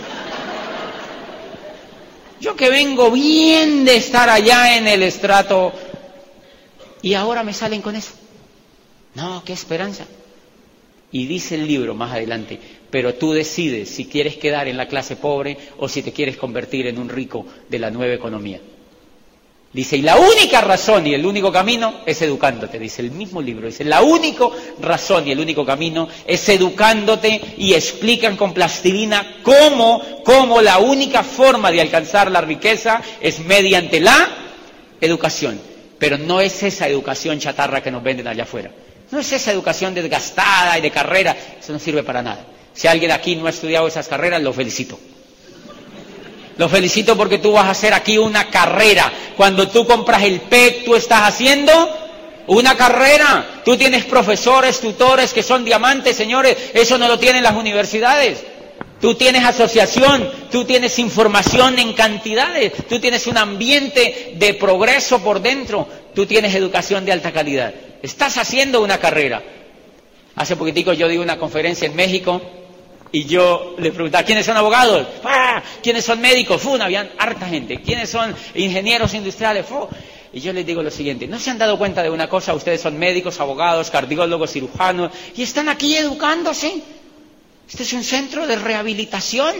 Yo que vengo bien de estar allá en el estrato y ahora me salen con eso. No, qué esperanza. Y dice el libro más adelante, pero tú decides si quieres quedar en la clase pobre o si te quieres convertir en un rico de la nueva economía. Dice, y la única razón y el único camino es educándote, dice el mismo libro. Dice, la única razón y el único camino es educándote, y explican con plastilina cómo, cómo la única forma de alcanzar la riqueza es mediante la educación. Pero no es esa educación chatarra que nos venden allá afuera. No es esa educación desgastada y de carrera. Eso no sirve para nada. Si alguien aquí no ha estudiado esas carreras, lo felicito. Lo felicito porque tú vas a hacer aquí una carrera. Cuando tú compras el P E C, tú estás haciendo una carrera. Tú tienes profesores, tutores que son diamantes, señores. Eso no lo tienen las universidades. Tú tienes asociación, tú tienes información en cantidades, tú tienes un ambiente de progreso por dentro, tú tienes educación de alta calidad. Estás haciendo una carrera. Hace poquitico yo di una conferencia en México y yo le preguntaba, ¿quiénes son abogados? ¡Ah! ¿Quiénes son médicos? ¡Fu! Habían harta gente. ¿Quiénes son ingenieros industriales? ¡Fu! Y yo les digo lo siguiente, ¿no se han dado cuenta de una cosa? Ustedes son médicos, abogados, cardiólogos, cirujanos y están aquí educándose. Este es un centro de rehabilitación.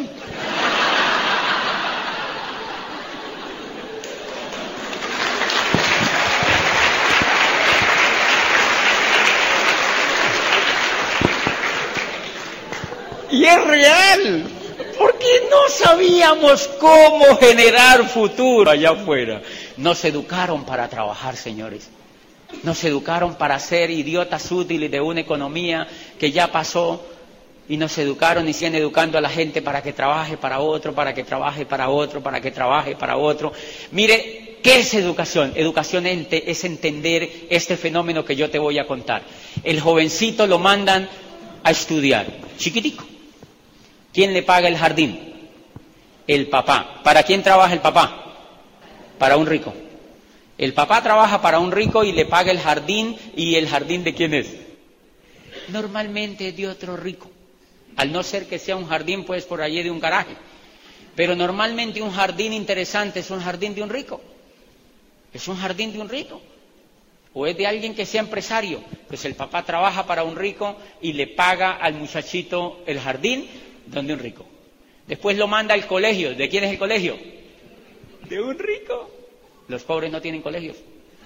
Y es real, porque no sabíamos cómo generar futuro allá afuera. Nos educaron para trabajar, señores. Nos educaron para ser idiotas útiles de una economía que ya pasó. Y nos educaron y siguen educando a la gente para que trabaje para otro, para que trabaje para otro, para que trabaje para otro. Mire, ¿qué es educación? Educación es entender este fenómeno que yo te voy a contar. El jovencito lo mandan a estudiar, chiquitico. ¿Quién le paga el jardín? El papá. ¿Para quién trabaja el papá? Para un rico. El papá trabaja para un rico y le paga el jardín. ¿Y el jardín de quién es? Normalmente de otro rico. Al no ser que sea un jardín, pues por allí de un garaje. Pero normalmente un jardín interesante es un jardín de un rico. Es un jardín de un rico. O es de alguien que sea empresario. Pues el papá trabaja para un rico y le paga al muchachito el jardín donde un rico. Después lo manda al colegio. ¿De quién es el colegio? De un rico. Los pobres no tienen colegios.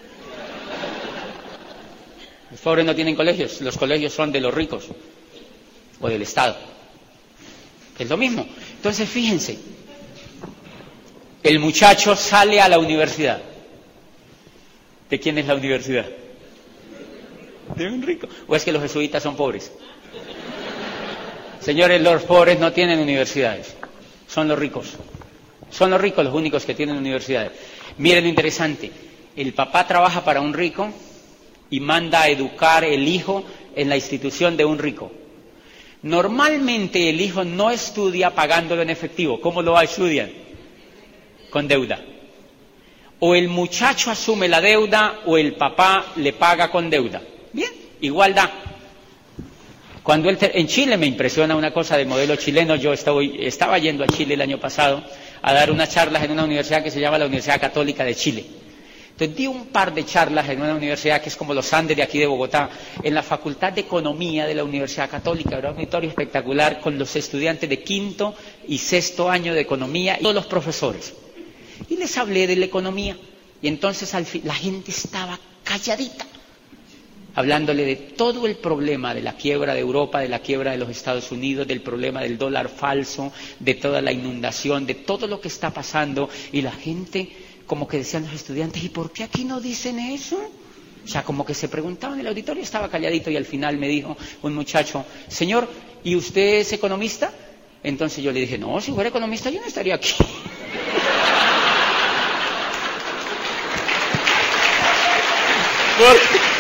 Los pobres no tienen colegios. Los colegios son de los ricos. O del Estado. Es lo mismo. Entonces, fíjense, el muchacho sale a la universidad. ¿De quién es la universidad? De un rico. ¿O es que los jesuitas son pobres? Señores, los pobres no tienen universidades. Son los ricos. Son los ricos los únicos que tienen universidades. Miren lo interesante. El papá trabaja para un rico y manda a educar el hijo en la institución de un rico. Normalmente el hijo no estudia pagándolo en efectivo. ¿Cómo lo va a estudiar? Con deuda. O el muchacho asume la deuda o el papá le paga con deuda. Bien, igualdad. Cuando él te... En Chile me impresiona una cosa del modelo chileno. Yo estoy... estaba yendo a Chile el año pasado a dar unas charlas en una universidad que se llama la Universidad Católica de Chile. Entonces di un par de charlas en una universidad que es como los Andes de aquí de Bogotá, en la Facultad de Economía de la Universidad Católica. Era un auditorio espectacular con los estudiantes de quinto y sexto año de Economía y todos los profesores. Y les hablé de la economía. Y entonces al fin, la gente estaba calladita. hablándole de todo el problema de la quiebra de Europa, de la quiebra de los Estados Unidos, del problema del dólar falso, de toda la inundación, de todo lo que está pasando, y la gente, como que decían los estudiantes, ¿y por qué aquí no dicen eso? O sea, como que se preguntaban, el auditorio estaba calladito y al final me dijo un muchacho, señor, ¿y usted es economista? Entonces yo le dije, no, si fuera economista yo no estaría aquí. Porque...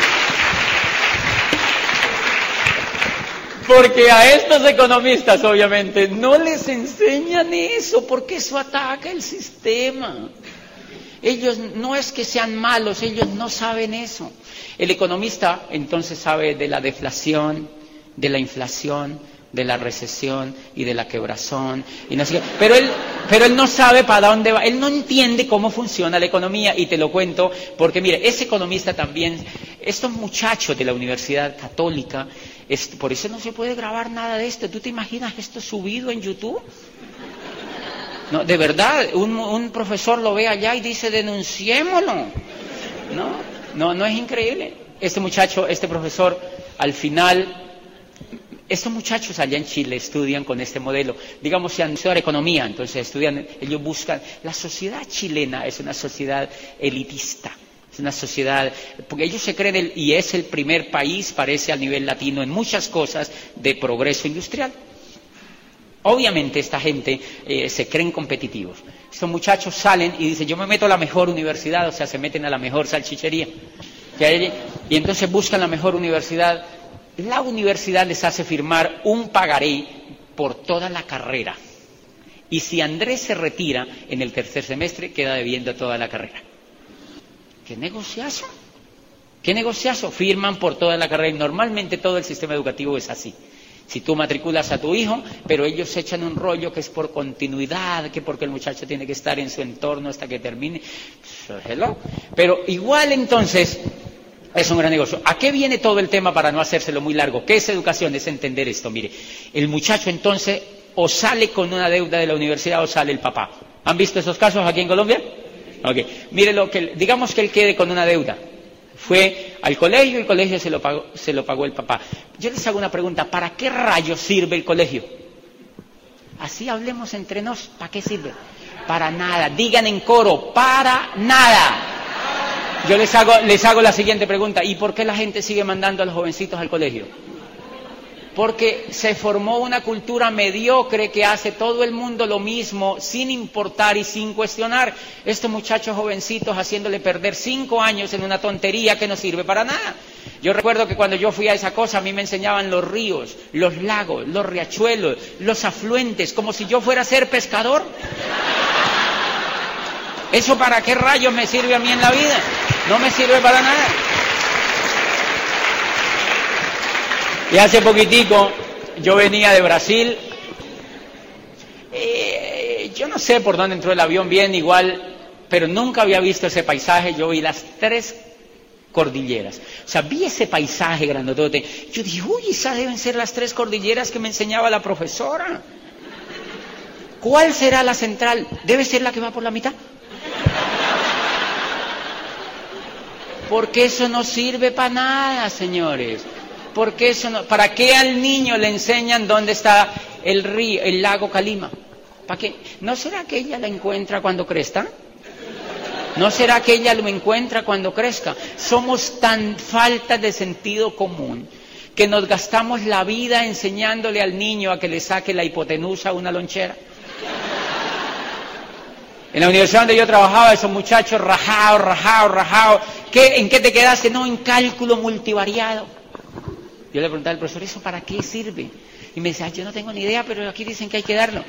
Porque a estos economistas, obviamente, no les enseñan eso, porque eso ataca el sistema. Ellos no es que sean malos, ellos no saben eso. El economista entonces sabe de la deflación, de la inflación, de la recesión y de la quebrazón, y no sé qué. Pero él, pero él no sabe para dónde va, él no entiende cómo funciona la economía, y te lo cuento porque, mire, ese economista también, estos muchachos de la Universidad Católica, es, por eso no se puede grabar nada de esto. ¿Tú te imaginas esto subido en YouTube? No, de verdad, un, un profesor lo ve allá y dice, denunciémoslo. No, no, no es increíble. Este muchacho, este profesor, al final, estos muchachos allá en Chile estudian con este modelo. Digamos, si han estudiado economía, entonces estudian, ellos buscan. La sociedad chilena es una sociedad elitista. Es una sociedad, porque ellos se creen, el, y es el primer país, parece, a nivel latino, en muchas cosas de progreso industrial. Obviamente esta gente eh, se creen competitivos. Estos muchachos salen y dicen, yo me meto a la mejor universidad, o sea, se meten a la mejor salchichería. Y entonces buscan la mejor universidad. La universidad les hace firmar un pagaré por toda la carrera. Y si Andrés se retira en el tercer semestre, queda debiendo toda la carrera. ¿Qué negociazo? ¿Qué negociazo? Firman por toda la carrera, y normalmente todo el sistema educativo es así. Si tú matriculas a tu hijo, pero ellos echan un rollo que es por continuidad, que porque el muchacho tiene que estar en su entorno hasta que termine. Hello. Pero igual entonces es un gran negocio. ¿A qué viene todo el tema para no hacérselo muy largo? ¿Qué es educación? Es entender esto. Mire, el muchacho entonces o sale con una deuda de la universidad o sale el papá. ¿Han visto esos casos aquí en Colombia? Okay. Mire, lo que, digamos que él quede con una deuda. Fue al colegio y el colegio se lo pagó, se lo pagó el papá. Yo les hago una pregunta, ¿para qué rayos sirve el colegio? Así hablemos entre nos, ¿para qué sirve? Para nada, digan en coro, para nada. Yo les hago, les hago la siguiente pregunta, ¿y por qué la gente sigue mandando a los jovencitos al colegio? Porque se formó una cultura mediocre que hace todo el mundo lo mismo, sin importar y sin cuestionar. Estos muchachos jovencitos haciéndole perder cinco años en una tontería que no sirve para nada. Yo recuerdo que cuando yo fui a esa cosa, a mí me enseñaban los ríos, los lagos, los riachuelos, los afluentes, como si yo fuera a ser pescador. ¿Eso para qué rayos me sirve a mí en la vida? No me sirve para nada. Y hace poquitico yo venía de Brasil, eh, yo no sé por dónde entró el avión bien, igual, pero nunca había visto ese paisaje. Yo vi las tres cordilleras, o sea, vi ese paisaje grandotote. Yo dije, uy, esas deben ser las tres cordilleras que me enseñaba la profesora. ¿Cuál será la central? ¿Debe ser la que va por la mitad? Porque eso no sirve para nada, señores. Porque eso no, ¿para qué al niño le enseñan dónde está el río, el lago Calima? ¿Para qué? ¿No será que ella la encuentra cuando crezca? ¿No será que ella lo encuentra cuando crezca? Somos tan falta de sentido común que nos gastamos la vida enseñándole al niño a que le saque la hipotenusa a una lonchera. En la universidad donde yo trabajaba, esos muchachos rajados, rajados, rajados. ¿Qué, ¿En qué te quedaste? No, en cálculo multivariado. Yo le preguntaba al profesor, ¿eso para qué sirve? Y me decía, yo no tengo ni idea, pero aquí dicen que hay que darlo.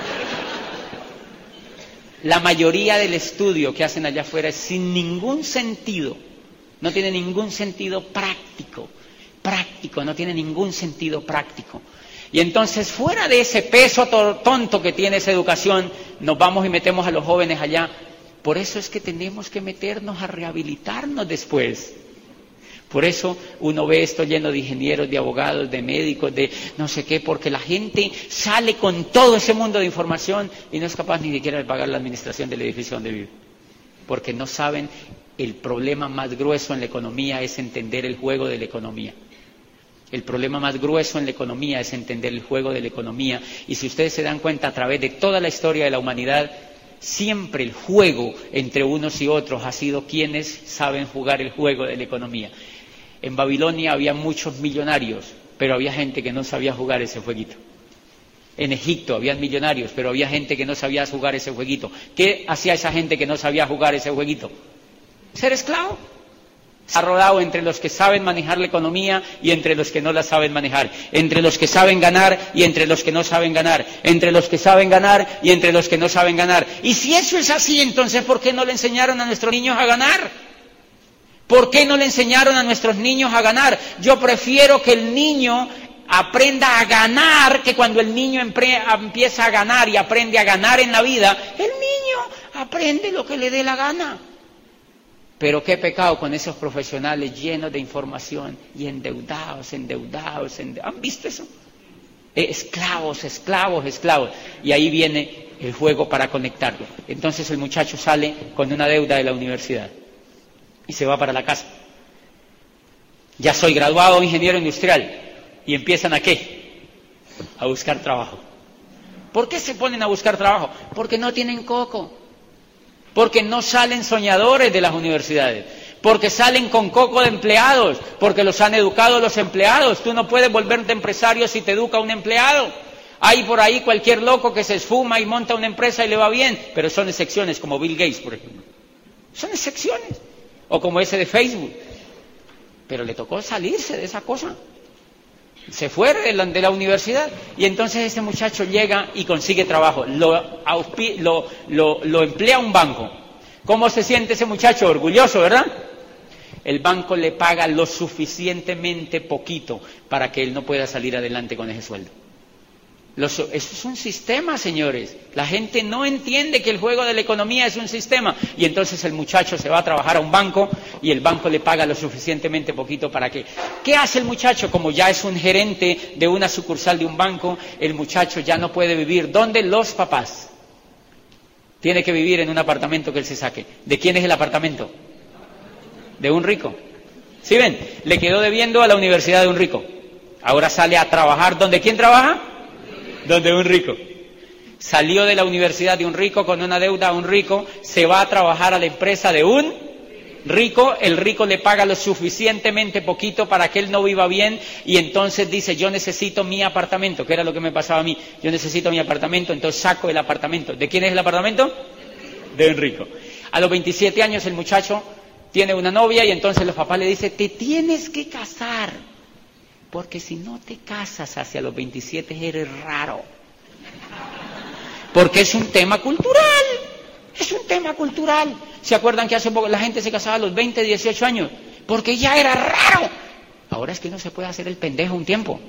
La mayoría del estudio que hacen allá afuera es sin ningún sentido. No tiene ningún sentido práctico. Práctico, no tiene ningún sentido práctico. Y entonces, fuera de ese peso tonto que tiene esa educación, nos vamos y metemos a los jóvenes allá. Por eso es que tenemos que meternos a rehabilitarnos después. Por eso uno ve esto lleno de ingenieros, de abogados, de médicos, de no sé qué, porque la gente sale con todo ese mundo de información y no es capaz ni siquiera de pagar la administración del edificio donde vive. Porque no saben El problema más grueso en la economía es entender el juego de la economía. El problema más grueso en la economía es entender el juego de la economía. Y si ustedes se dan cuenta, a través de toda la historia de la humanidad, siempre el juego entre unos y otros ha sido quienes saben jugar el juego de la economía. En Babilonia había muchos millonarios, pero había gente que no sabía jugar ese jueguito. En Egipto había millonarios, pero había gente que no sabía jugar ese jueguito. ¿Qué hacía esa gente que no sabía jugar ese jueguito? Ser esclavo. Ha rodado entre los que saben manejar la economía y entre los que no la saben manejar, entre los que saben ganar y entre los que no saben ganar, entre los que saben ganar y entre los que no saben ganar. Y si eso es así, entonces ¿por qué no le enseñaron a nuestros niños a ganar? ¿Por qué no le enseñaron a nuestros niños a ganar? Yo prefiero que el niño aprenda a ganar, que cuando el niño empieza a ganar y aprende a ganar en la vida, el niño aprende lo que le dé la gana. Pero qué pecado con esos profesionales llenos de información y endeudados, endeudados, endeudados. ¿Han visto eso? Esclavos, esclavos, esclavos. Y ahí viene el juego para conectarlo. Entonces el muchacho sale con una deuda de la universidad y se va para la casa. Ya soy graduado ingeniero industrial. ¿Y empiezan a qué? A buscar trabajo. ¿Por qué se ponen a buscar trabajo? Porque no tienen coco. Porque no salen soñadores de las universidades, porque salen con coco de empleados, porque los han educado los empleados. Tú no puedes volverte empresario si te educa un empleado. Hay por ahí cualquier loco que se esfuma y monta una empresa y le va bien, pero son excepciones, como Bill Gates, por ejemplo. Son excepciones. O como ese de Facebook. Pero le tocó salirse de esa cosa. Se fue de la, de la universidad y entonces ese muchacho llega y consigue trabajo, lo, lo, lo, lo emplea un banco. ¿Cómo se siente ese muchacho? Orgulloso, ¿verdad? El banco le paga lo suficientemente poquito para que él no pueda salir adelante con ese sueldo. Los, eso es un sistema, señores. La gente no entiende que el juego de la economía es un sistema. Y entonces el muchacho se va a trabajar a un banco y el banco le paga lo suficientemente poquito para que... ¿Qué hace el muchacho? Como ya es un gerente de una sucursal de un banco, el muchacho ya no puede vivir. ¿Dónde? Los papás. Tiene que vivir en un apartamento que él se saque. ¿De quién es el apartamento? De un rico. ¿Sí ven? Le quedó debiendo a la universidad de un rico. Ahora sale a trabajar. ¿Dónde quién trabaja? Donde un rico. Salió de la universidad de un rico con una deuda a un rico, se va a trabajar a la empresa de un rico, el rico le paga lo suficientemente poquito para que él no viva bien y entonces dice, yo necesito mi apartamento, que era lo que me pasaba a mí, yo necesito mi apartamento, entonces saco el apartamento. ¿De quién es el apartamento? De un rico. A los veintisiete años el muchacho tiene una novia y entonces los papás le dicen, te tienes que casar. Porque si no te casas hacia los veintisiete eres raro. Porque es un tema cultural. Es un tema cultural. ¿Se acuerdan que hace poco la gente se casaba a los veinte, dieciocho años? Porque ya era raro. Ahora es que no se puede hacer el pendejo un tiempo.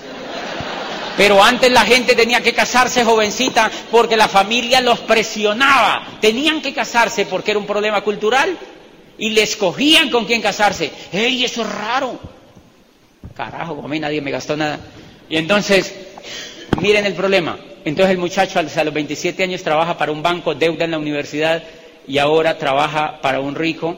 Pero antes la gente tenía que casarse jovencita porque la familia los presionaba. Tenían que casarse porque era un problema cultural. Y le escogían con quién casarse. ¡Ey, eso es raro! Carajo, como a mí nadie me gastó nada. Y entonces, miren el problema. Entonces el muchacho a los veintisiete años trabaja para un banco, deuda en la universidad y ahora trabaja para un rico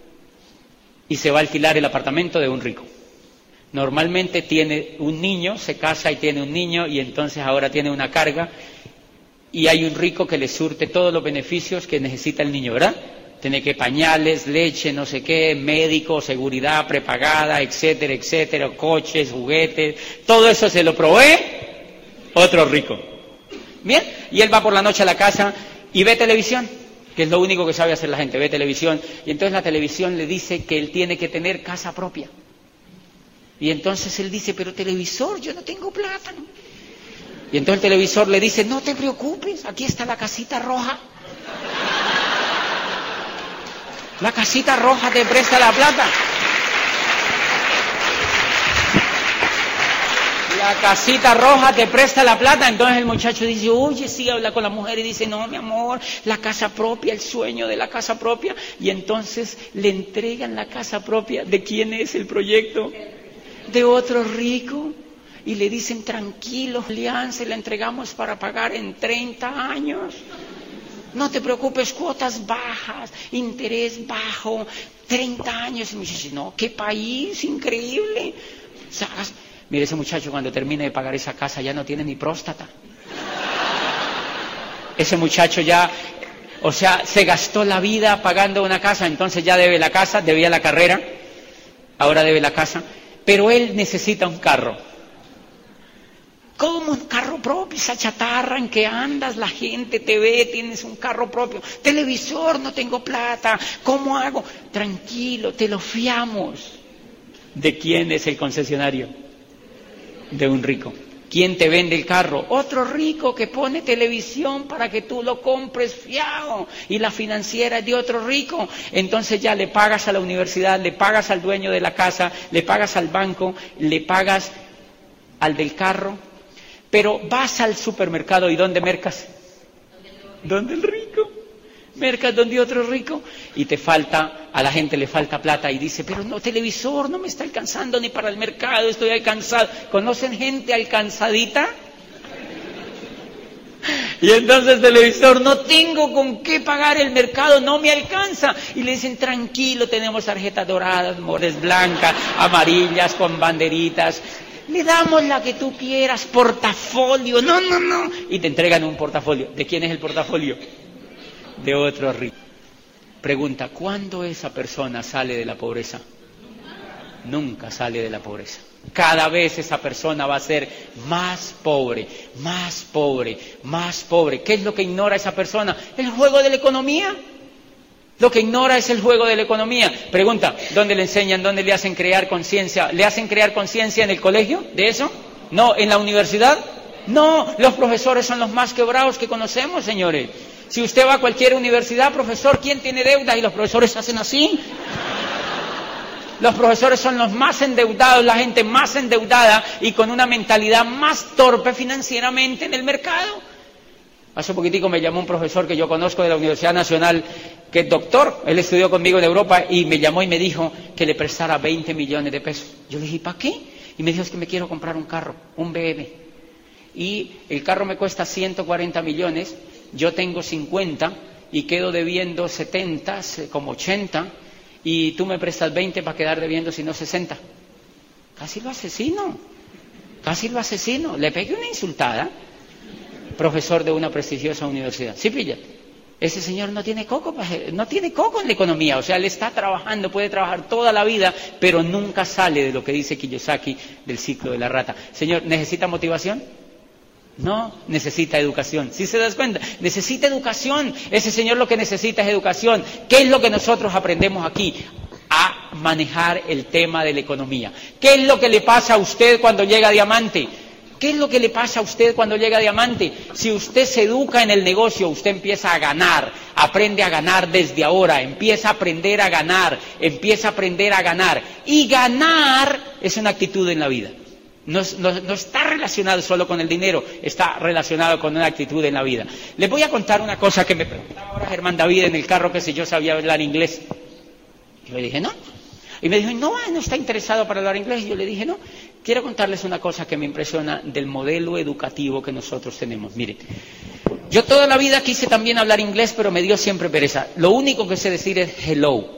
y se va a alquilar el apartamento de un rico. Normalmente tiene un niño, se casa y tiene un niño y entonces ahora tiene una carga y hay un rico que le surte todos los beneficios que necesita el niño, ¿verdad? Tiene que pañales, leche, no sé qué, médico, seguridad prepagada, etcétera, etcétera, coches, juguetes, todo eso se lo provee otro rico. Bien, y él va por la noche a la casa y ve televisión, que es lo único que sabe hacer la gente, ve televisión, y entonces la televisión le dice que él tiene que tener casa propia. Y entonces él dice, pero televisor, yo no tengo plata. Y entonces el televisor le dice, no te preocupes, aquí está la casita roja. La casita roja te presta la plata. La casita roja te presta la plata. Entonces el muchacho dice, oye, sí, habla con la mujer y dice, no, mi amor, la casa propia, el sueño de la casa propia. Y entonces le entregan la casa propia. ¿De quién es el proyecto? De otro rico. Y le dicen, tranquilo, Julián, se la entregamos para pagar en treinta años. No te preocupes, cuotas bajas, interés bajo, treinta años. Y me dice, no, qué país increíble. ¿Sabes? Mire, ese muchacho cuando termine de pagar esa casa ya no tiene ni próstata. Ese muchacho ya, o sea, se gastó la vida pagando una casa, entonces ya debe la casa, debía la carrera, ahora debe la casa, pero él necesita un carro. ¿Cómo un carro propio? Esa chatarra en que andas, la gente te ve, tienes un carro propio. Televisor, no tengo plata, ¿cómo hago? Tranquilo, te lo fiamos. ¿De quién es el concesionario? De un rico. ¿Quién te vende el carro? Otro rico que pone televisión para que tú lo compres fiado. Y la financiera es de otro rico. Entonces ya le pagas a la universidad, le pagas al dueño de la casa, le pagas al banco, le pagas al del carro. Pero vas al supermercado y ¿dónde mercas? ¿Dónde el rico? Mercas donde otro rico y te falta, a la gente le falta plata y dice, pero no, televisor no me está alcanzando ni para el mercado, estoy alcanzado. ¿Conocen gente alcanzadita? Y entonces televisor, no tengo con qué pagar el mercado, no me alcanza. Y le dicen, tranquilo, tenemos tarjetas doradas, mores blancas, amarillas, con banderitas. Le damos la que tú quieras, portafolio, no, no, no. Y te entregan un portafolio. ¿De quién es el portafolio? De otro rico. Pregunta, ¿cuándo esa persona sale de la pobreza? Nunca sale de la pobreza. Cada vez esa persona va a ser más pobre, más pobre, más pobre. ¿Qué es lo que ignora esa persona? El juego de la economía. Lo que ignora es el juego de la economía. Pregunta, ¿dónde le enseñan? ¿Dónde le hacen crear conciencia? ¿Le hacen crear conciencia en el colegio de eso? ¿No? ¿En la universidad? No, los profesores son los más quebrados que conocemos, señores. Si usted va a cualquier universidad, profesor, ¿quién tiene deudas? Y los profesores hacen así. Los profesores son los más endeudados, la gente más endeudada y con una mentalidad más torpe financieramente en el mercado. Hace poquitico me llamó un profesor que yo conozco de la Universidad Nacional, que es doctor, él estudió conmigo en Europa y me llamó y me dijo que le prestara veinte millones de pesos. Yo le dije, ¿para qué? Y me dijo, es que me quiero comprar un carro, un B M. Y el carro me cuesta ciento cuarenta millones, yo tengo cincuenta y quedo debiendo setenta, como ochenta, y tú me prestas veinte para quedar debiendo sino sesenta. Casi lo asesino, casi lo asesino, le pegué una insultada. Profesor de una prestigiosa universidad. ¿Sí pilla? Ese señor no tiene coco, no tiene coco en la economía, o sea, él está trabajando, puede trabajar toda la vida, pero nunca sale de lo que dice Kiyosaki del ciclo de la rata. Señor, ¿necesita motivación? No, necesita educación. ¿Sí se das cuenta? Necesita educación. Ese señor lo que necesita es educación. ¿Qué es lo que nosotros aprendemos aquí? A manejar el tema de la economía. ¿Qué es lo que le pasa a usted cuando llega a Diamante? ¿Qué es lo que le pasa a usted cuando llega a Diamante? Si usted se educa en el negocio, usted empieza a ganar, aprende a ganar desde ahora, empieza a aprender a ganar, empieza a aprender a ganar. Y ganar es una actitud en la vida. No, no, no está relacionado solo con el dinero, está relacionado con una actitud en la vida. Les voy a contar una cosa que me preguntaba ahora Germán David en el carro, que si yo sabía hablar inglés. Yo le dije, no. Y me dijo, no, no está interesado para hablar inglés. Y yo le dije, no. Quiero contarles una cosa que me impresiona del modelo educativo que nosotros tenemos. Miren, yo toda la vida quise también hablar inglés, pero me dio siempre pereza. Lo único que sé decir es hello.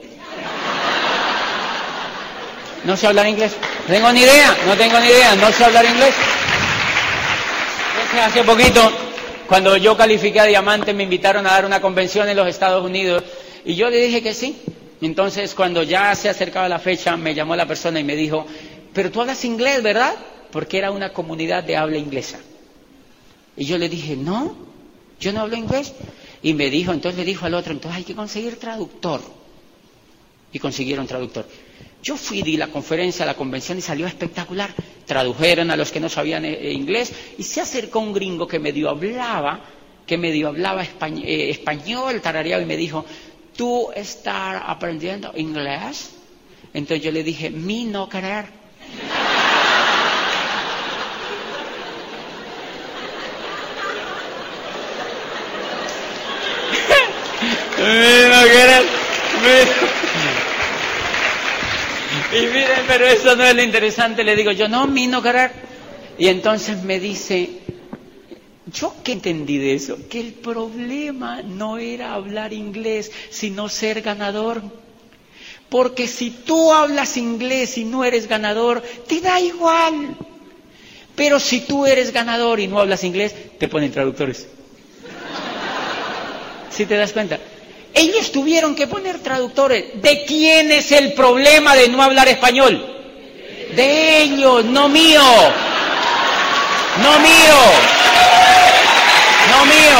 No sé hablar inglés. No tengo ni idea, no tengo ni idea, no sé hablar inglés. Entonces, hace poquito, cuando yo califiqué a Diamante, me invitaron a dar una convención en los Estados Unidos y yo le dije que sí. Entonces, cuando ya se acercaba la fecha, me llamó la persona y me dijo, pero tú hablas inglés, ¿verdad? Porque era una comunidad de habla inglesa. Y yo le dije, no, yo no hablo inglés. Y me dijo, entonces le dijo al otro, entonces hay que conseguir traductor. Y consiguieron traductor. Yo fui, di la conferencia, la convención y salió espectacular. Tradujeron a los que no sabían eh, inglés y se acercó un gringo que medio hablaba, que medio hablaba españ eh, español, tarareado, y me dijo, ¿tú estás aprendiendo inglés? Entonces yo le dije, mi no querer. Mi no querer. Y miren, pero eso no es lo interesante. Le digo yo, no, mi no querer. Y entonces me dice, ¿Yo qué entendí de eso? Que el problema no era hablar inglés, sino ser ganador. Porque si tú hablas inglés y no eres ganador, te da igual. Pero si tú eres ganador y no hablas inglés, te ponen traductores. ¿Sí te das cuenta? Ellos tuvieron que poner traductores. ¿De quién es el problema de no hablar español? De ellos, no mío. No mío. No mío.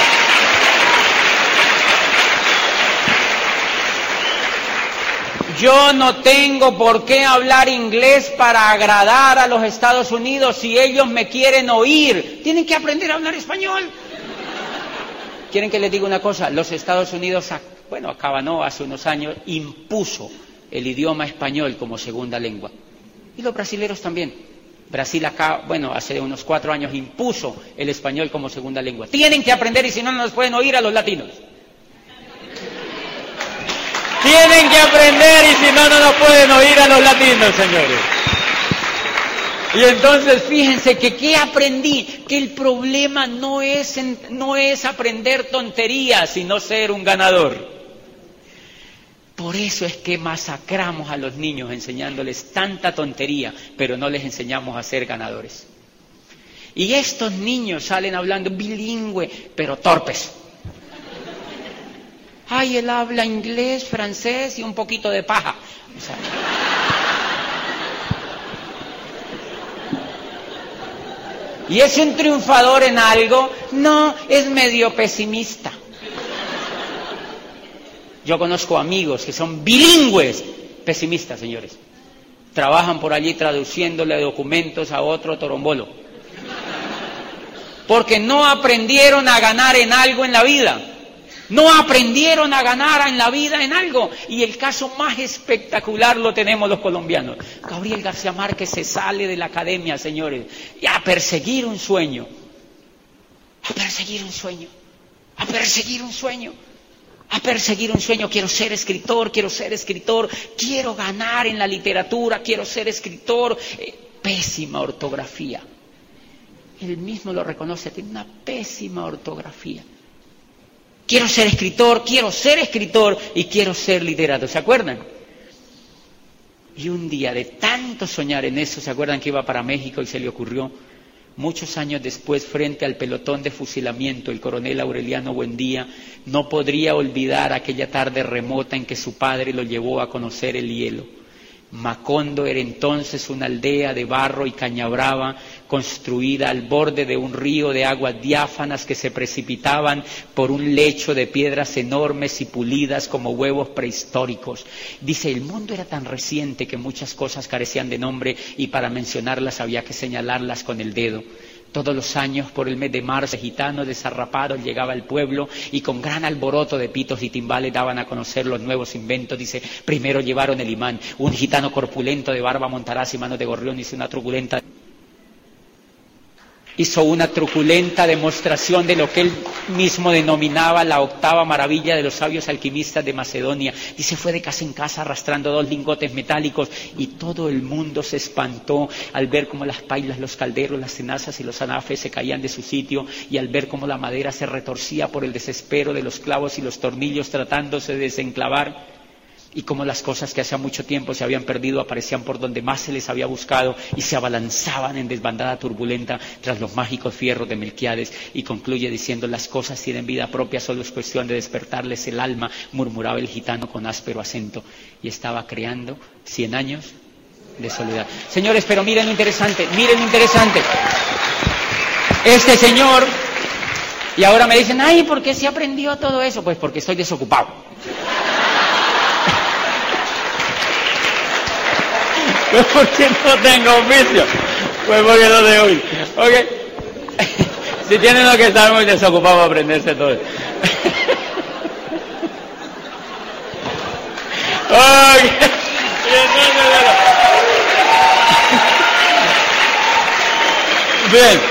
Yo no tengo por qué hablar inglés para agradar a los Estados Unidos. Si ellos me quieren oír, tienen que aprender a hablar español. ¿Quieren que les diga una cosa? Los Estados Unidos, bueno, acaba no, hace unos años, impuso el idioma español como segunda lengua. Y los brasileños también. Brasil acá, bueno, hace unos cuatro años impuso el español como segunda lengua. Tienen que aprender y si no, no nos pueden oír a los latinos. Tienen que aprender y si no, no nos pueden oír a los latinos, señores. Y entonces, fíjense que ¿qué aprendí? Que el problema no es, en, no es aprender tonterías, sino ser un ganador. Por eso es que masacramos a los niños enseñándoles tanta tontería, pero no les enseñamos a ser ganadores. Y estos niños salen hablando bilingüe, pero torpes. Ay, él habla inglés, francés y un poquito de paja. O sea, ¿y es un triunfador en algo? No, es medio pesimista. Yo conozco amigos que son bilingües, pesimistas, señores. Trabajan por allí traduciéndole documentos a otro torombolo. Porque no aprendieron a ganar en algo en la vida. No aprendieron a ganar en la vida en algo. Y el caso más espectacular lo tenemos los colombianos. Gabriel García Márquez se sale de la academia, señores, y a perseguir un sueño. A perseguir un sueño. A perseguir un sueño. A perseguir un sueño. Quiero ser escritor, quiero ser escritor, quiero ganar en la literatura, quiero ser escritor. Eh, pésima ortografía. Él mismo lo reconoce, tiene una pésima ortografía. Quiero ser escritor, quiero ser escritor y quiero ser literato. ¿Se acuerdan? Y un día de tanto soñar en eso, ¿se acuerdan que iba para México y se le ocurrió? Muchos años después, frente al pelotón de fusilamiento, el coronel Aureliano Buendía no podría olvidar aquella tarde remota en que su padre lo llevó a conocer el hielo. Macondo era entonces una aldea de barro y caña brava, construida al borde de un río de aguas diáfanas que se precipitaban por un lecho de piedras enormes y pulidas como huevos prehistóricos. Dice, el mundo era tan reciente que muchas cosas carecían de nombre y para mencionarlas había que señalarlas con el dedo. Todos los años, por el mes de marzo, gitanos desarrapados llegaba al pueblo y con gran alboroto de pitos y timbales daban a conocer los nuevos inventos. Dice, primero llevaron el imán, un gitano corpulento de barba montaraz y manos de gorrión hizo una truculenta... hizo una truculenta demostración de lo que él mismo denominaba la octava maravilla de los sabios alquimistas de Macedonia. Dice, fue de casa en casa arrastrando dos lingotes metálicos y todo el mundo se espantó al ver cómo las pailas, los calderos, las tenazas y los anafes se caían de su sitio y al ver cómo la madera se retorcía por el desespero de los clavos y los tornillos tratándose de desenclavar. Y como las cosas que hacía mucho tiempo se habían perdido aparecían por donde más se les había buscado y se abalanzaban en desbandada turbulenta tras los mágicos fierros de Melquiades. Y concluye diciendo, las cosas tienen vida propia, solo es cuestión de despertarles el alma, murmuraba el gitano con áspero acento. Y estaba creando cien años de soledad. Señores, pero miren lo interesante, miren lo interesante. Este señor, y ahora me dicen, ay, ¿por qué se aprendió todo eso? Pues porque estoy desocupado. Pues porque no tengo oficio, pues porque no tengo oficio. Ok, si tienen lo que estar muy desocupados para aprenderse todo. Ok, bien.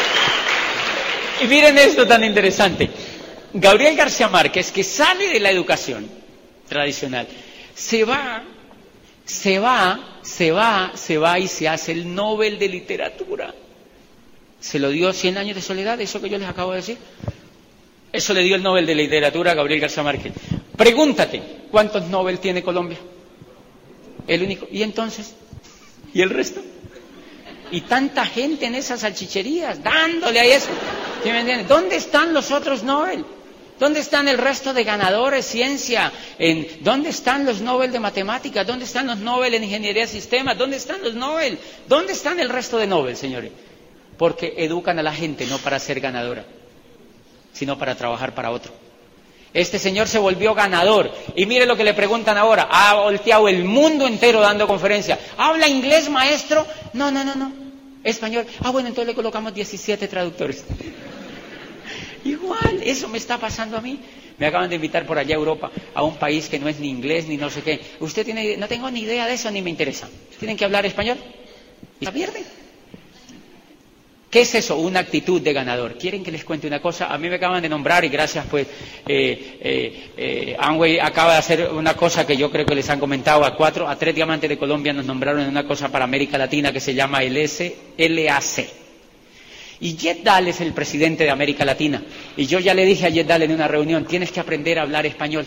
Y miren esto tan interesante. Gabriel García Márquez, que sale de la educación tradicional, se va... Se va, se va, se va y se hace el Nobel de Literatura. Se lo dio Cien años de soledad, eso que yo les acabo de decir. Eso le dio el Nobel de Literatura a Gabriel García Márquez. Pregúntate, ¿cuántos Nobel tiene Colombia? El único. ¿Y entonces? ¿Y el resto? Y tanta gente en esas salchicherías, dándole a eso. ¿Sí me entiendes? ¿Dónde están los otros Nobel? ¿Dónde están el resto de ganadores, ciencia? En, ¿Dónde están los Nobel de matemáticas? ¿Dónde están los Nobel en ingeniería de sistemas? ¿Dónde están los Nobel? ¿Dónde están el resto de Nobel, señores? Porque educan a la gente no para ser ganadora, sino para trabajar para otro. Este señor se volvió ganador. Y mire lo que le preguntan ahora. Ha volteado el mundo entero dando conferencias. ¿Habla inglés, maestro? No, no, no, no. Español. Ah, bueno, entonces le colocamos diecisiete traductores. Igual, eso me está pasando a mí. Me acaban de invitar por allá a Europa, a un país que no es ni inglés ni no sé qué. Usted tiene, no tengo ni idea de eso ni me interesa. ¿Tienen que hablar español? ¿Y la pierden? ¿Qué es eso? Una actitud de ganador. ¿Quieren que les cuente una cosa? A mí me acaban de nombrar y gracias, pues, eh, eh, eh, Amway acaba de hacer una cosa que yo creo que les han comentado a cuatro, a tres diamantes de Colombia nos nombraron en una cosa para América Latina que se llama el S L A C. Y Jed Dahl es el presidente de América Latina. Y yo ya le dije a Jed Dahl en una reunión, tienes que aprender a hablar español.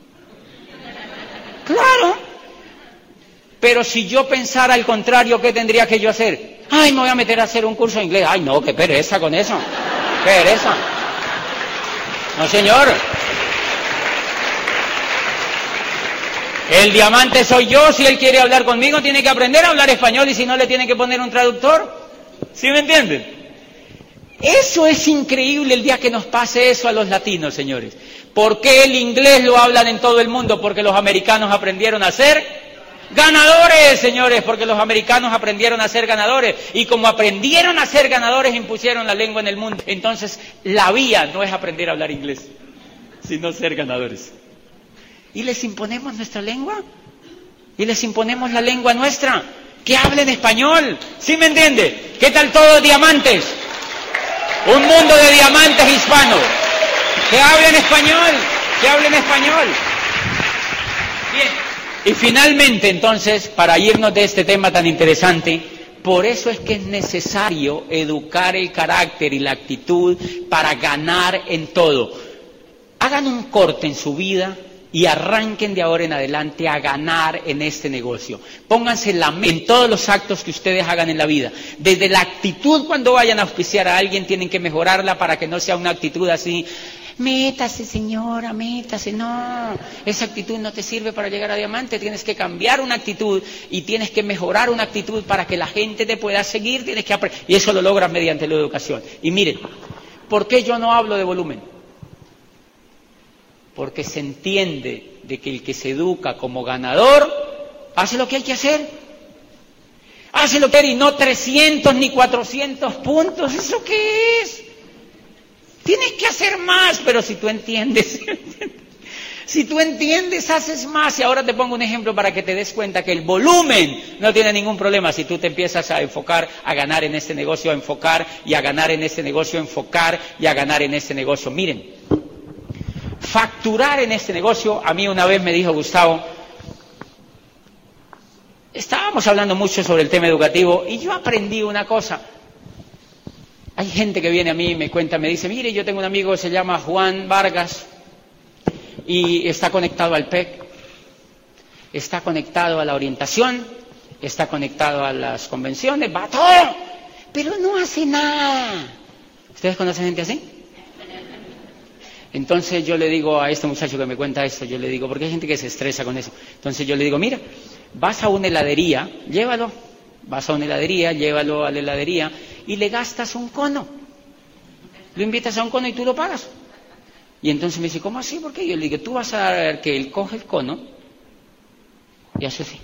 ¡Claro! Pero si yo pensara al contrario, ¿qué tendría que yo hacer? Ay, me voy a meter a hacer un curso de inglés. Ay, no, qué pereza con eso. Qué pereza. No, señor. El diamante soy yo. Si él quiere hablar conmigo, tiene que aprender a hablar español y si no, le tiene que poner un traductor. ¿Sí me entienden? Eso es increíble el día que nos pase eso a los latinos, señores. ¿Por qué el inglés lo hablan en todo el mundo? Porque los americanos aprendieron a ser ganadores, señores, porque los americanos aprendieron a ser ganadores. Y como aprendieron a ser ganadores, impusieron la lengua en el mundo. Entonces, la vía no es aprender a hablar inglés, sino ser ganadores. ¿Y les imponemos nuestra lengua? ¿Y les imponemos la lengua nuestra? Que hablen español. ¿Sí me entiende? ¿Qué tal todos diamantes? Un mundo de diamantes hispanos. Que hablen español. Que hablen español. Bien. Y finalmente, entonces, para irnos de este tema tan interesante, por eso es que es necesario educar el carácter y la actitud para ganar en todo. Hagan un corte en su vida y arranquen de ahora en adelante a ganar en este negocio. Pónganse la mente en todos los actos que ustedes hagan en la vida. Desde la actitud cuando vayan a auspiciar a alguien, tienen que mejorarla para que no sea una actitud así, métase señora, métase. No, esa actitud no te sirve para llegar a diamante. Tienes que cambiar una actitud y tienes que mejorar una actitud para que la gente te pueda seguir. Tienes que aprender. Y eso lo logras mediante la educación. Y miren, ¿por qué yo no hablo de volumen? Porque se entiende de que el que se educa como ganador hace lo que hay que hacer. Hace lo que hay y no trescientos ni cuatrocientos puntos. ¿Eso qué es? Tienes que hacer más, pero si tú entiendes, si tú entiendes, haces más. Y ahora te pongo un ejemplo para que te des cuenta que el volumen no tiene ningún problema si tú te empiezas a enfocar a ganar en este negocio, a enfocar y a ganar en este negocio, a enfocar y a ganar en este negocio. Miren. Facturar en este negocio, a mí una vez me dijo Gustavo, estábamos hablando mucho sobre el tema educativo y yo aprendí una cosa. Hay gente que viene a mí y me cuenta, me dice, mire, yo tengo un amigo que se llama Juan Vargas y está conectado al P E C, está conectado a la orientación, está conectado a las convenciones, va todo, pero no hace nada. ¿Ustedes conocen gente así? Entonces yo le digo a este muchacho que me cuenta esto, yo le digo, porque hay gente que se estresa con eso. Entonces yo le digo, mira, vas a una heladería, llévalo, vas a una heladería, llévalo a la heladería y le gastas un cono. Lo invitas a un cono y tú lo pagas. Y entonces me dice, ¿cómo así? ¿Por qué? Yo le digo, tú vas a ver que él coge el cono y hace así.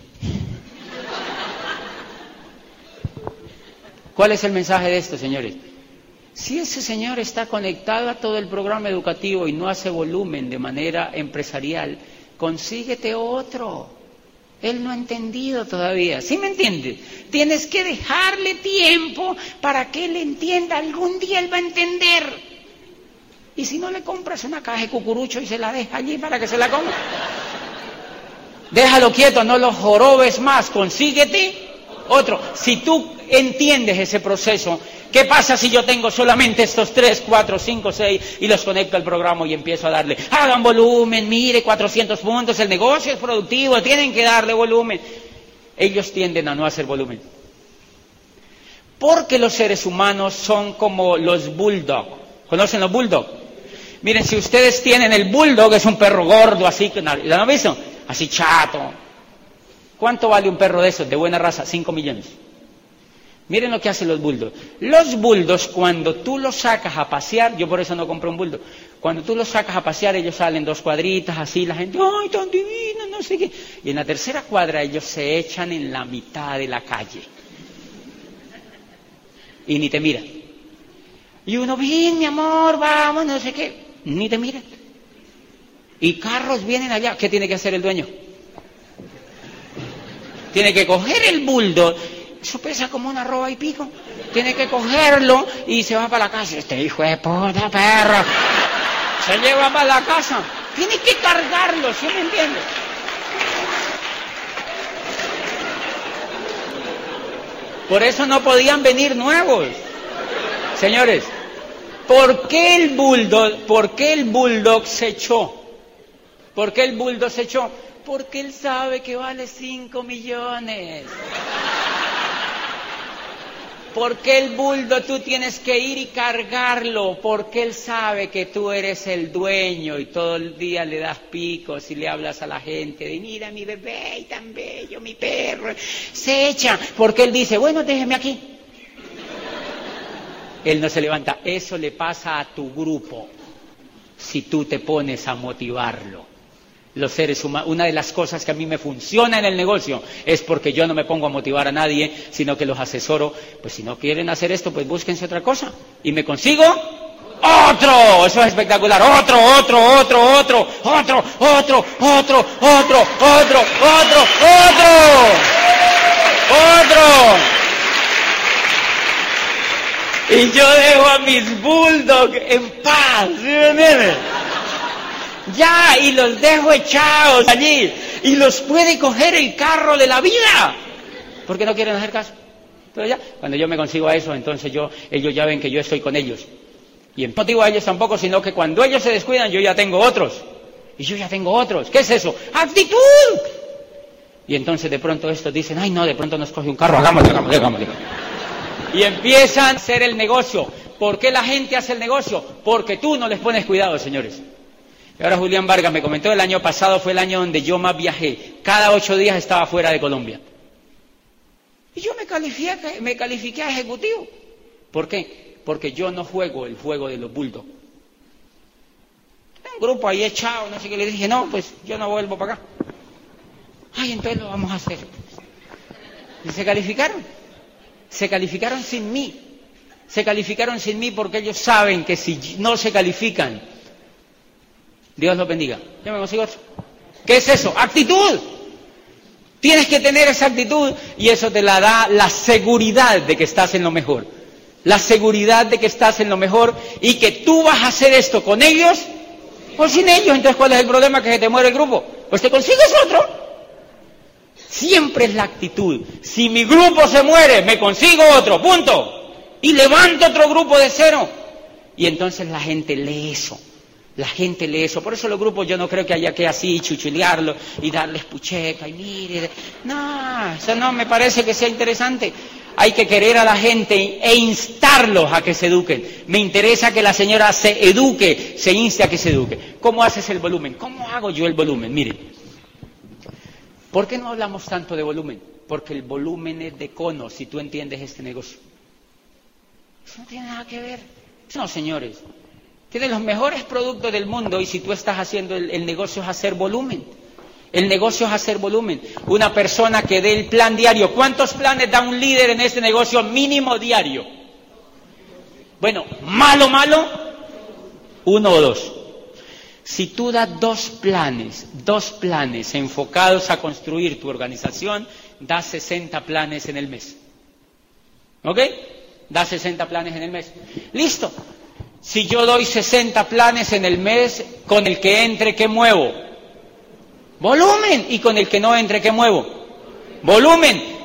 ¿Cuál es el mensaje de esto, señores? Si ese señor está conectado a todo el programa educativo y no hace volumen de manera empresarial, consíguete otro. Él no ha entendido todavía. ¿Sí me entiendes? Tienes que dejarle tiempo para que él entienda. Algún día él va a entender. Y si no, le compras una caja de cucurucho y se la deja allí para que se la coma. Déjalo quieto, no lo jorobes más. Consíguete otro. Si tú entiendes ese proceso, ¿Qué pasa si yo tengo solamente estos tres, cuatro, cinco, seis y los conecto al programa y empiezo a darle, hagan volumen, mire, cuatrocientos puntos, el negocio es productivo, tienen que darle volumen? Ellos tienden a no hacer volumen. Porque los seres humanos son como los bulldog. ¿Conocen los bulldog? Miren, si ustedes tienen el bulldog, es un perro gordo, así, ¿lo han visto? Así chato. ¿Cuánto vale un perro de esos, de buena raza? Cinco millones. Miren lo que hacen los bulldogs. Los bulldogs, cuando tú los sacas a pasear, yo por eso no compré un bulldog, cuando tú los sacas a pasear, ellos salen dos cuadritas, así, la gente, ¡ay, tan divino! No sé qué. Y en la tercera cuadra ellos se echan en la mitad de la calle. Y ni te miran. Y uno, bien, mi amor, vamos, no sé qué. Ni te miran. Y carros vienen allá. ¿Qué tiene que hacer el dueño? Tiene que coger el bulldog. Eso pesa como una arroba y pico. Tiene que cogerlo y se va para la casa. Este hijo de puta perro se lleva para la casa. Tiene que cargarlo, ¿sí me entiende? Por eso no podían venir nuevos. Señores, ¿por qué el bulldog, por qué el bulldog se echó? ¿Por qué el bulldog se echó? Porque él sabe que vale cinco millones. Porque el bulldog tú tienes que ir y cargarlo, porque él sabe que tú eres el dueño y todo el día le das picos y le hablas a la gente de mira mi bebé y tan bello, mi perro, se echa, porque él dice, bueno, déjeme aquí. Él no se levanta. Eso le pasa a tu grupo si tú te pones a motivarlo. Los seres humanos, una de las cosas que a mí me funciona en el negocio es porque yo no me pongo a motivar a nadie, sino que los asesoro. Pues si no quieren hacer esto, pues búsquense otra cosa. Y me consigo otro. Eso es espectacular. Otro, otro, otro, otro, otro, otro, otro, otro, otro, otro, otro, otro. Y yo dejo a mis bulldogs en paz. ¿Sí me entiendes? Ya, y los dejo echados allí. Y los puede coger el carro de la vida. Porque no quieren hacer caso. Pero ya, cuando yo me consigo a eso, entonces yo, ellos ya ven que yo estoy con ellos. Y no digo a ellos tampoco, sino que cuando ellos se descuidan, yo ya tengo otros. Y yo ya tengo otros. ¿Qué es eso? ¡Actitud! Y entonces de pronto estos dicen, ay no, de pronto nos coge un carro, hagámoslo, hagámoslo, hagámoslo. Y empiezan a hacer el negocio. ¿Por qué la gente hace el negocio? Porque tú no les pones cuidado, señores. Y ahora Julián Vargas me comentó, el año pasado fue el año donde yo más viajé. Cada ocho días estaba fuera de Colombia. Y yo me califiqué, me califiqué a ejecutivo. ¿Por qué? Porque yo no juego el juego de los bulldogs. Un grupo ahí echado, no sé qué, le dije, no, pues yo no vuelvo para acá. Ay, entonces lo vamos a hacer. Y se calificaron. Se calificaron sin mí. Se calificaron sin mí porque ellos saben que si no se califican, Dios los bendiga. Yo me consigo otro. ¿Qué es eso? ¡Actitud! Tienes que tener esa actitud y eso te la da la seguridad de que estás en lo mejor. La seguridad de que estás en lo mejor y que tú vas a hacer esto con ellos o sin ellos. Entonces, ¿cuál es el problema? Que se te muere el grupo. Pues te consigues otro. Siempre es la actitud. Si mi grupo se muere, me consigo otro. Punto. Y levanto otro grupo de cero. Y entonces la gente lee eso. La gente lee eso. Por eso los grupos yo no creo que haya que así chuchulearlos y darles pucheca y mire. No, eso no me parece que sea interesante. Hay que querer a la gente e instarlos a que se eduquen. Me interesa que la señora se eduque, se inste a que se eduque. ¿Cómo haces el volumen? ¿Cómo hago yo el volumen? Mire, ¿por qué no hablamos tanto de volumen? Porque el volumen es de cono, si tú entiendes este negocio. Eso no tiene nada que ver. No, señores. Tienes los mejores productos del mundo y si tú estás haciendo el, el negocio es hacer volumen. El negocio es hacer volumen. Una persona que dé el plan diario. ¿Cuántos planes da un líder en este negocio mínimo diario? Bueno, malo, malo, uno o dos. Si tú das dos planes, dos planes enfocados a construir tu organización, das sesenta planes en el mes. ¿Ok? Das sesenta planes en el mes. Listo. Si yo doy sesenta planes en el mes, con el que entre, ¿qué muevo? Volumen. Y con el que no entre, ¿qué muevo? Volumen.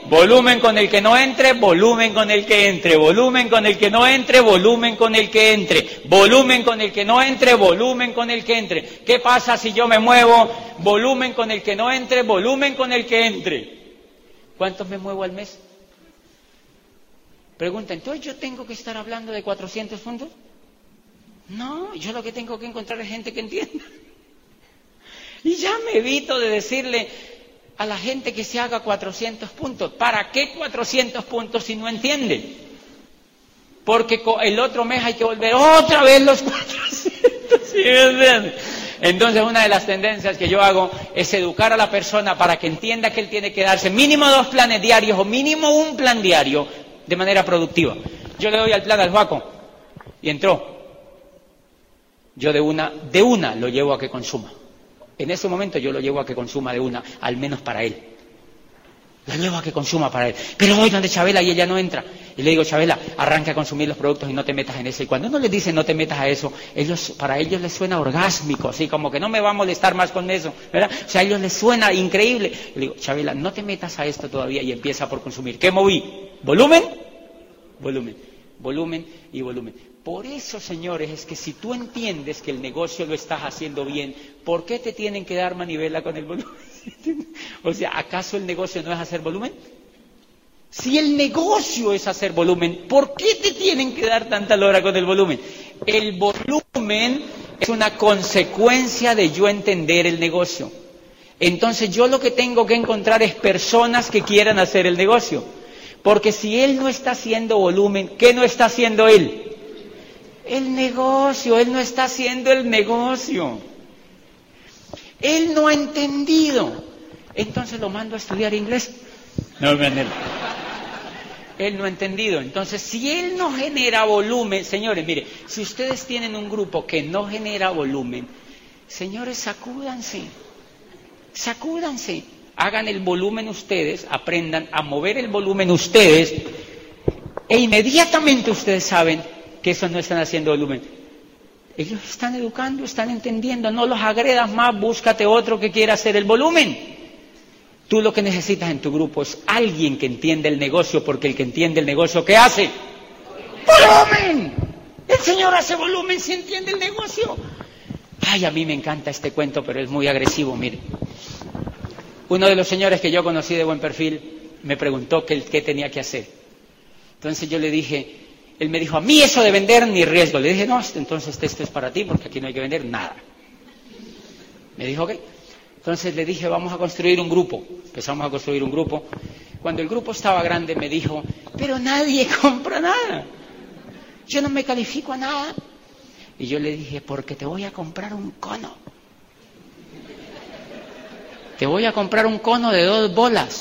volumen con el que no entre, volumen con el que entre, volumen con el que no entre, volumen con el que entre, volumen con el que no entre, volumen con el que entre. ¿Qué pasa si yo me muevo? Volumen con el que no entre, volumen con el que entre. ¿Cuántos me muevo al mes? Pregunta, ¿entonces yo tengo que estar hablando de cuatrocientos puntos? No, yo lo que tengo que encontrar es gente que entienda. Y ya me evito de decirle a la gente que se haga cuatrocientos puntos. ¿Para qué cuatrocientos puntos si no entiende? Porque el otro mes hay que volver otra vez los cuatrocientos. ¿Sí me entiende? Entonces una de las tendencias que yo hago es educar a la persona para que entienda que él tiene que darse mínimo dos planes diarios o mínimo un plan diario de manera productiva. Yo le doy al plan al Joaco y entró. Yo de una, de una lo llevo a que consuma. En ese momento yo lo llevo a que consuma de una, al menos para él. Lo llevo a que consuma para él. Pero voy donde Chabela y ella no entra. Y le digo, Chabela, arranca a consumir los productos y no te metas en eso. Y cuando uno les dice no te metas a eso, ellos, para ellos les suena orgásmico, así como que no me va a molestar más con eso, ¿verdad? O sea, a ellos les suena increíble. Le digo, Chabela, no te metas a esto todavía y empieza por consumir. ¿Qué moví? ¿Volumen? Volumen. Volumen y volumen. Por eso, señores, es que si tú entiendes que el negocio lo estás haciendo bien, ¿por qué te tienen que dar manivela con el volumen? O sea, ¿acaso el negocio no es hacer volumen? Si el negocio es hacer volumen, ¿por qué te tienen que dar tanta lora con el volumen? El volumen es una consecuencia de yo entender el negocio. Entonces yo lo que tengo que encontrar es personas que quieran hacer el negocio. Porque si él no está haciendo volumen, ¿qué no está haciendo él? El negocio, él no está haciendo el negocio. Él no ha entendido. Entonces lo mando a estudiar inglés. No me entiendo. Él no ha entendido. Entonces, si él no genera volumen, señores, mire, si ustedes tienen un grupo que no genera volumen, señores, sacúdanse. Sacúdanse. Hagan el volumen ustedes, aprendan a mover el volumen ustedes, e inmediatamente ustedes saben que eso no están haciendo volumen. Ellos están educando, están entendiendo, no los agredas más, búscate otro que quiera hacer el volumen. Tú lo que necesitas en tu grupo es alguien que entienda el negocio, porque el que entiende el negocio, ¿qué hace? ¡Volumen! El Señor hace volumen si entiende el negocio. Ay, a mí me encanta este cuento, pero es muy agresivo, mire. Uno de los señores que yo conocí de buen perfil me preguntó qué, qué tenía que hacer. Entonces yo le dije, él me dijo, a mí eso de vender ni riesgo. Le dije, no, entonces esto es para ti porque aquí no hay que vender nada. Me dijo, ok. Entonces le dije, vamos a construir un grupo. Empezamos a construir un grupo. Cuando el grupo estaba grande me dijo, pero nadie compra nada. Yo no me califico a nada. Y yo le dije, porque te voy a comprar un cono. Te voy a comprar un cono de dos bolas.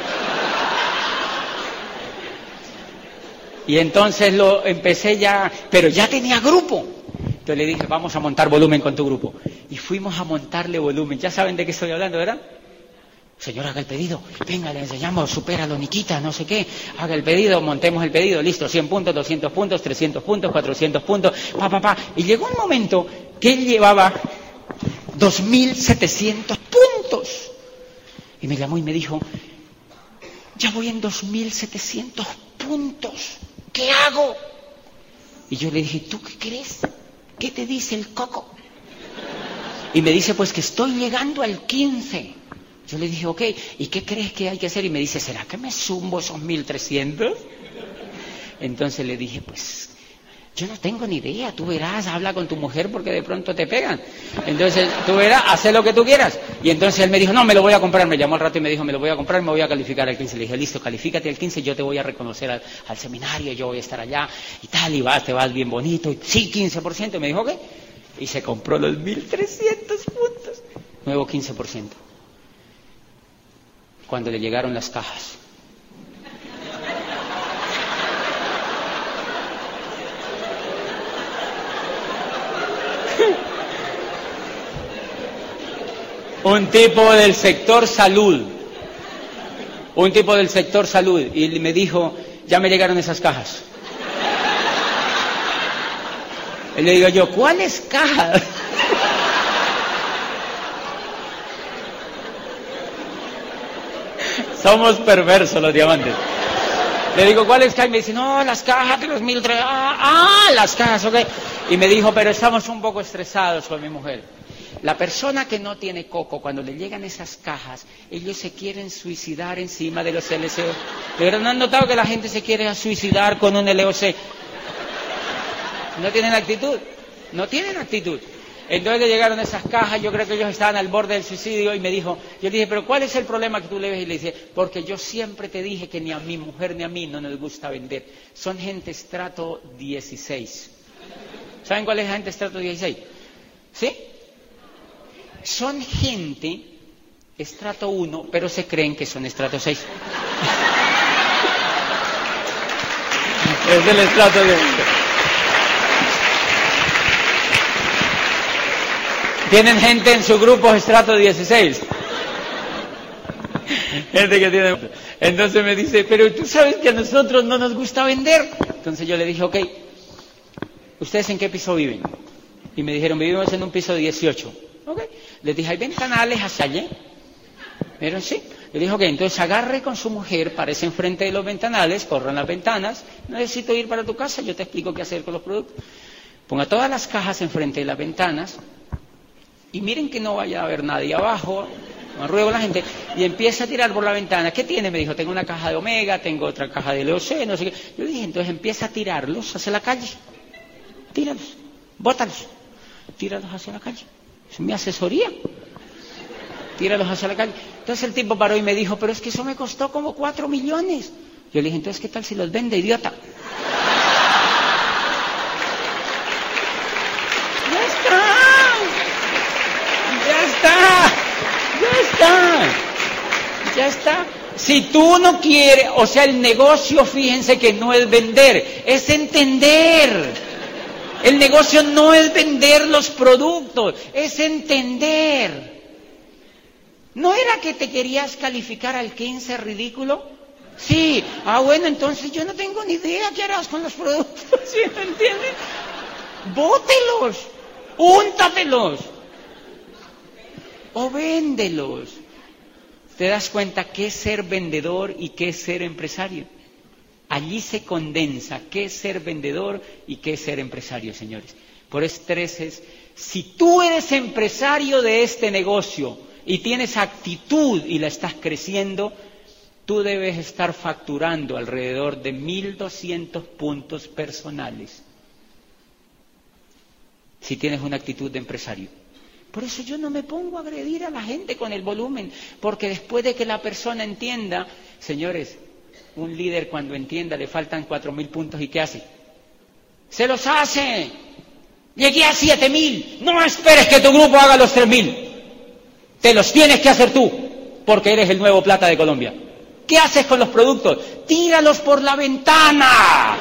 Y entonces lo empecé ya, pero ya tenía grupo. Entonces le dije, vamos a montar volumen con tu grupo. Y fuimos a montarle volumen. Ya saben de qué estoy hablando, ¿verdad? Señor, haga el pedido. Venga, le enseñamos, supéralo, Niquita, no sé qué. Haga el pedido, montemos el pedido. Listo, cien puntos, doscientos puntos, trescientos puntos, cuatrocientos puntos, pa, pa, pa. Y llegó un momento que él llevaba dos mil setecientos puntos. Y me llamó y me dijo, ya voy en dos mil setecientos puntos. ¿Qué hago? Y yo le dije, ¿tú qué crees? ¿Qué te dice el coco? Y me dice, pues que estoy llegando al quince. Yo le dije, ok, ¿y qué crees que hay que hacer? Y me dice, ¿será que me zumbo esos mil trescientos? Entonces le dije, pues, yo no tengo ni idea, tú verás, habla con tu mujer porque de pronto te pegan. Entonces, tú verás, haz lo que tú quieras. Y entonces él me dijo, no, me lo voy a comprar. Me llamó al rato y me dijo, me lo voy a comprar, me voy a calificar al quince. Le dije, listo, califícate al quince, yo te voy a reconocer al, al seminario, yo voy a estar allá y tal, y vas, te vas bien bonito. Y, sí, quince por ciento. Y me dijo, ok. Y se compró los mil trescientos puntos. Nuevo quince por ciento. Cuando le llegaron las cajas. Un tipo del sector salud, un tipo del sector salud, y me dijo, ya me llegaron esas cajas. Y le digo yo, ¿cuáles cajas? Somos perversos los diamantes. Le digo, ¿cuáles cajas? Y me dice, no, las cajas de los mil tres. Ah, ah, las cajas, ok. Y me dijo, pero estamos un poco estresados con mi mujer. La persona que no tiene coco, cuando le llegan esas cajas, ellos se quieren suicidar encima de los L C O. ¿De verdad no han notado que la gente se quiere suicidar con un L O C? No tienen actitud, no tienen actitud. Entonces le llegaron esas cajas, yo creo que ellos estaban al borde del suicidio y me dijo, yo le dije, pero ¿cuál es el problema que tú le ves? Y le dice, porque yo siempre te dije que ni a mi mujer ni a mí no nos gusta vender. Son gente estrato dieciséis. ¿Saben cuál es la gente estrato dieciséis? ¿Sí? Son gente estrato uno, pero se creen que son estrato seis. Es el estrato de... Tienen gente en su grupo estrato dieciséis. Gente que tiene... Entonces me dice, pero tú sabes que a nosotros no nos gusta vender. Entonces yo le dije, ok, ¿ustedes en qué piso viven? Y me dijeron, vivimos en un piso dieciocho. Ok, les dije, ¿hay ventanales hacia allí? Pero sí. Le dije, ok, entonces agarre con su mujer, parece enfrente de los ventanales, corran las ventanas, no necesito ir para tu casa, yo te explico qué hacer con los productos. Ponga todas las cajas enfrente de las ventanas, y miren que no vaya a haber nadie abajo, no ruego a la gente, y empieza a tirar por la ventana. ¿Qué tiene? Me dijo, tengo una caja de Omega, tengo otra caja de L O C, no sé qué. Yo le dije, entonces empieza a tirarlos hacia la calle. Tíralos, bótalos, tíralos hacia la calle. Es mi asesoría. Tíralos hacia la calle. Entonces el tipo paró y me dijo, pero es que eso me costó como cuatro millones. Yo le dije, entonces, ¿qué tal si los vende, idiota? Ya está. Ya está. Ya está. Ya está. Si tú no quieres, o sea, el negocio, fíjense que no es vender, es entender. El negocio no es vender los productos, es entender. ¿No era que te querías calificar al quince, ridículo? Sí. Ah, bueno, entonces yo no tengo ni idea qué harás con los productos, ¿sí me entiendes? Bótelos, úntatelos, o véndelos. ¿Te das cuenta qué es ser vendedor y qué es ser empresario? Allí se condensa qué es ser vendedor y qué es ser empresario, señores. Por eso tres es, si tú eres empresario de este negocio y tienes actitud y la estás creciendo, tú debes estar facturando alrededor de mil doscientos puntos personales. Si tienes una actitud de empresario. Por eso yo no me pongo a agredir a la gente con el volumen, porque después de que la persona entienda, señores, un líder cuando entienda le faltan cuatro mil puntos y ¿qué hace? Se los hace. Llegué a siete mil. No esperes que tu grupo haga los tres mil. Te los tienes que hacer tú, porque eres el nuevo plata de Colombia. ¿Qué haces con los productos? Tíralos por la ventana.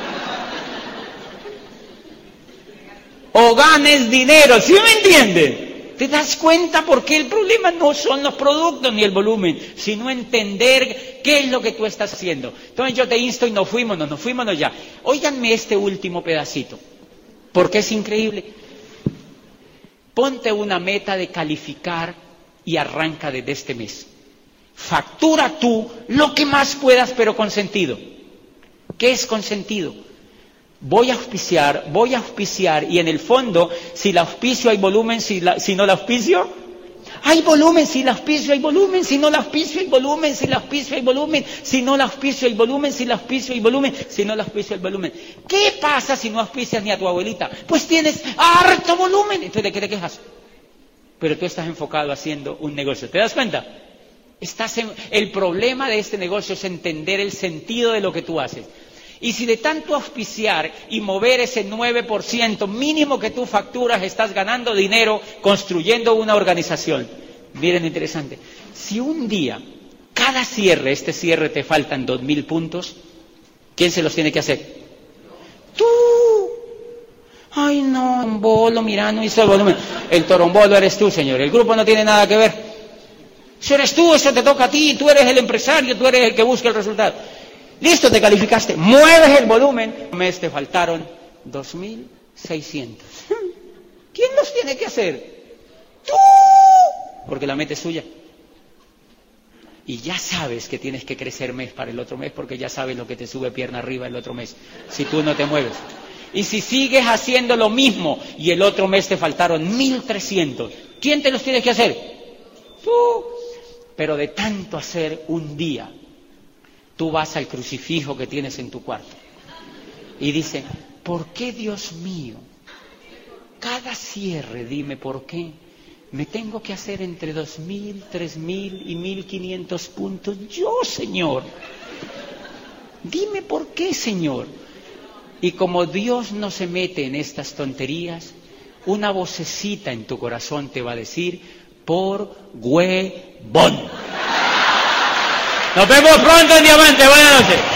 O ganes dinero, ¿sí me entiendes? ¿Te das cuenta por qué el problema no son los productos ni el volumen, sino entender qué es lo que tú estás haciendo? Entonces yo te insto y nos fuimos, nos fuimos ya. Óiganme este último pedacito, porque es increíble. Ponte una meta de calificar y arranca desde este mes. Factura tú lo que más puedas, pero con sentido. ¿Qué es con sentido? Voy a auspiciar, voy a auspiciar, y en el fondo, si la auspicio hay volumen, si, la, si no la auspicio, hay volumen, si la auspicio hay volumen, si no la auspicio hay volumen, si la auspicio hay volumen, si no la auspicio hay volumen, si la auspicio hay volumen, si no la auspicio hay volumen. ¿Qué pasa si no auspicias ni a tu abuelita? Pues tienes harto volumen, entonces ¿de qué te quejas? Pero tú estás enfocado haciendo un negocio, ¿te das cuenta? Estás en, el problema de este negocio es entender el sentido de lo que tú haces. Y si de tanto auspiciar y mover ese nueve por ciento mínimo que tú facturas, estás ganando dinero construyendo una organización. Miren, interesante. Si un día, cada cierre, este cierre te faltan dos mil puntos, ¿quién se los tiene que hacer? ¡Tú! Ay, no, torombolo, mira, no hizo el volumen. El torombolo eres tú, señor. El grupo no tiene nada que ver. Si eres tú, eso te toca a ti. Tú eres el empresario, tú eres el que busca el resultado. Listo, te calificaste, mueves el volumen. Un mes te faltaron dos mil seiscientos. ¿Quién los tiene que hacer? ¡Tú! Porque la meta es suya. Y ya sabes que tienes que crecer mes para el otro mes porque ya sabes lo que te sube pierna arriba el otro mes, si tú no te mueves. Y si sigues haciendo lo mismo y el otro mes te faltaron mil trescientos, ¿quién te los tiene que hacer? Tú. Pero de tanto hacer un día, tú vas al crucifijo que tienes en tu cuarto y dices, ¿por qué, Dios mío? Cada cierre, dime por qué. Me tengo que hacer entre dos mil, tres mil y mil quinientos puntos. Yo, Señor. Dime por qué, Señor. Y como Dios no se mete en estas tonterías, una vocecita en tu corazón te va a decir, por huevón. Nos vemos pronto en Diamante. Buenas noches.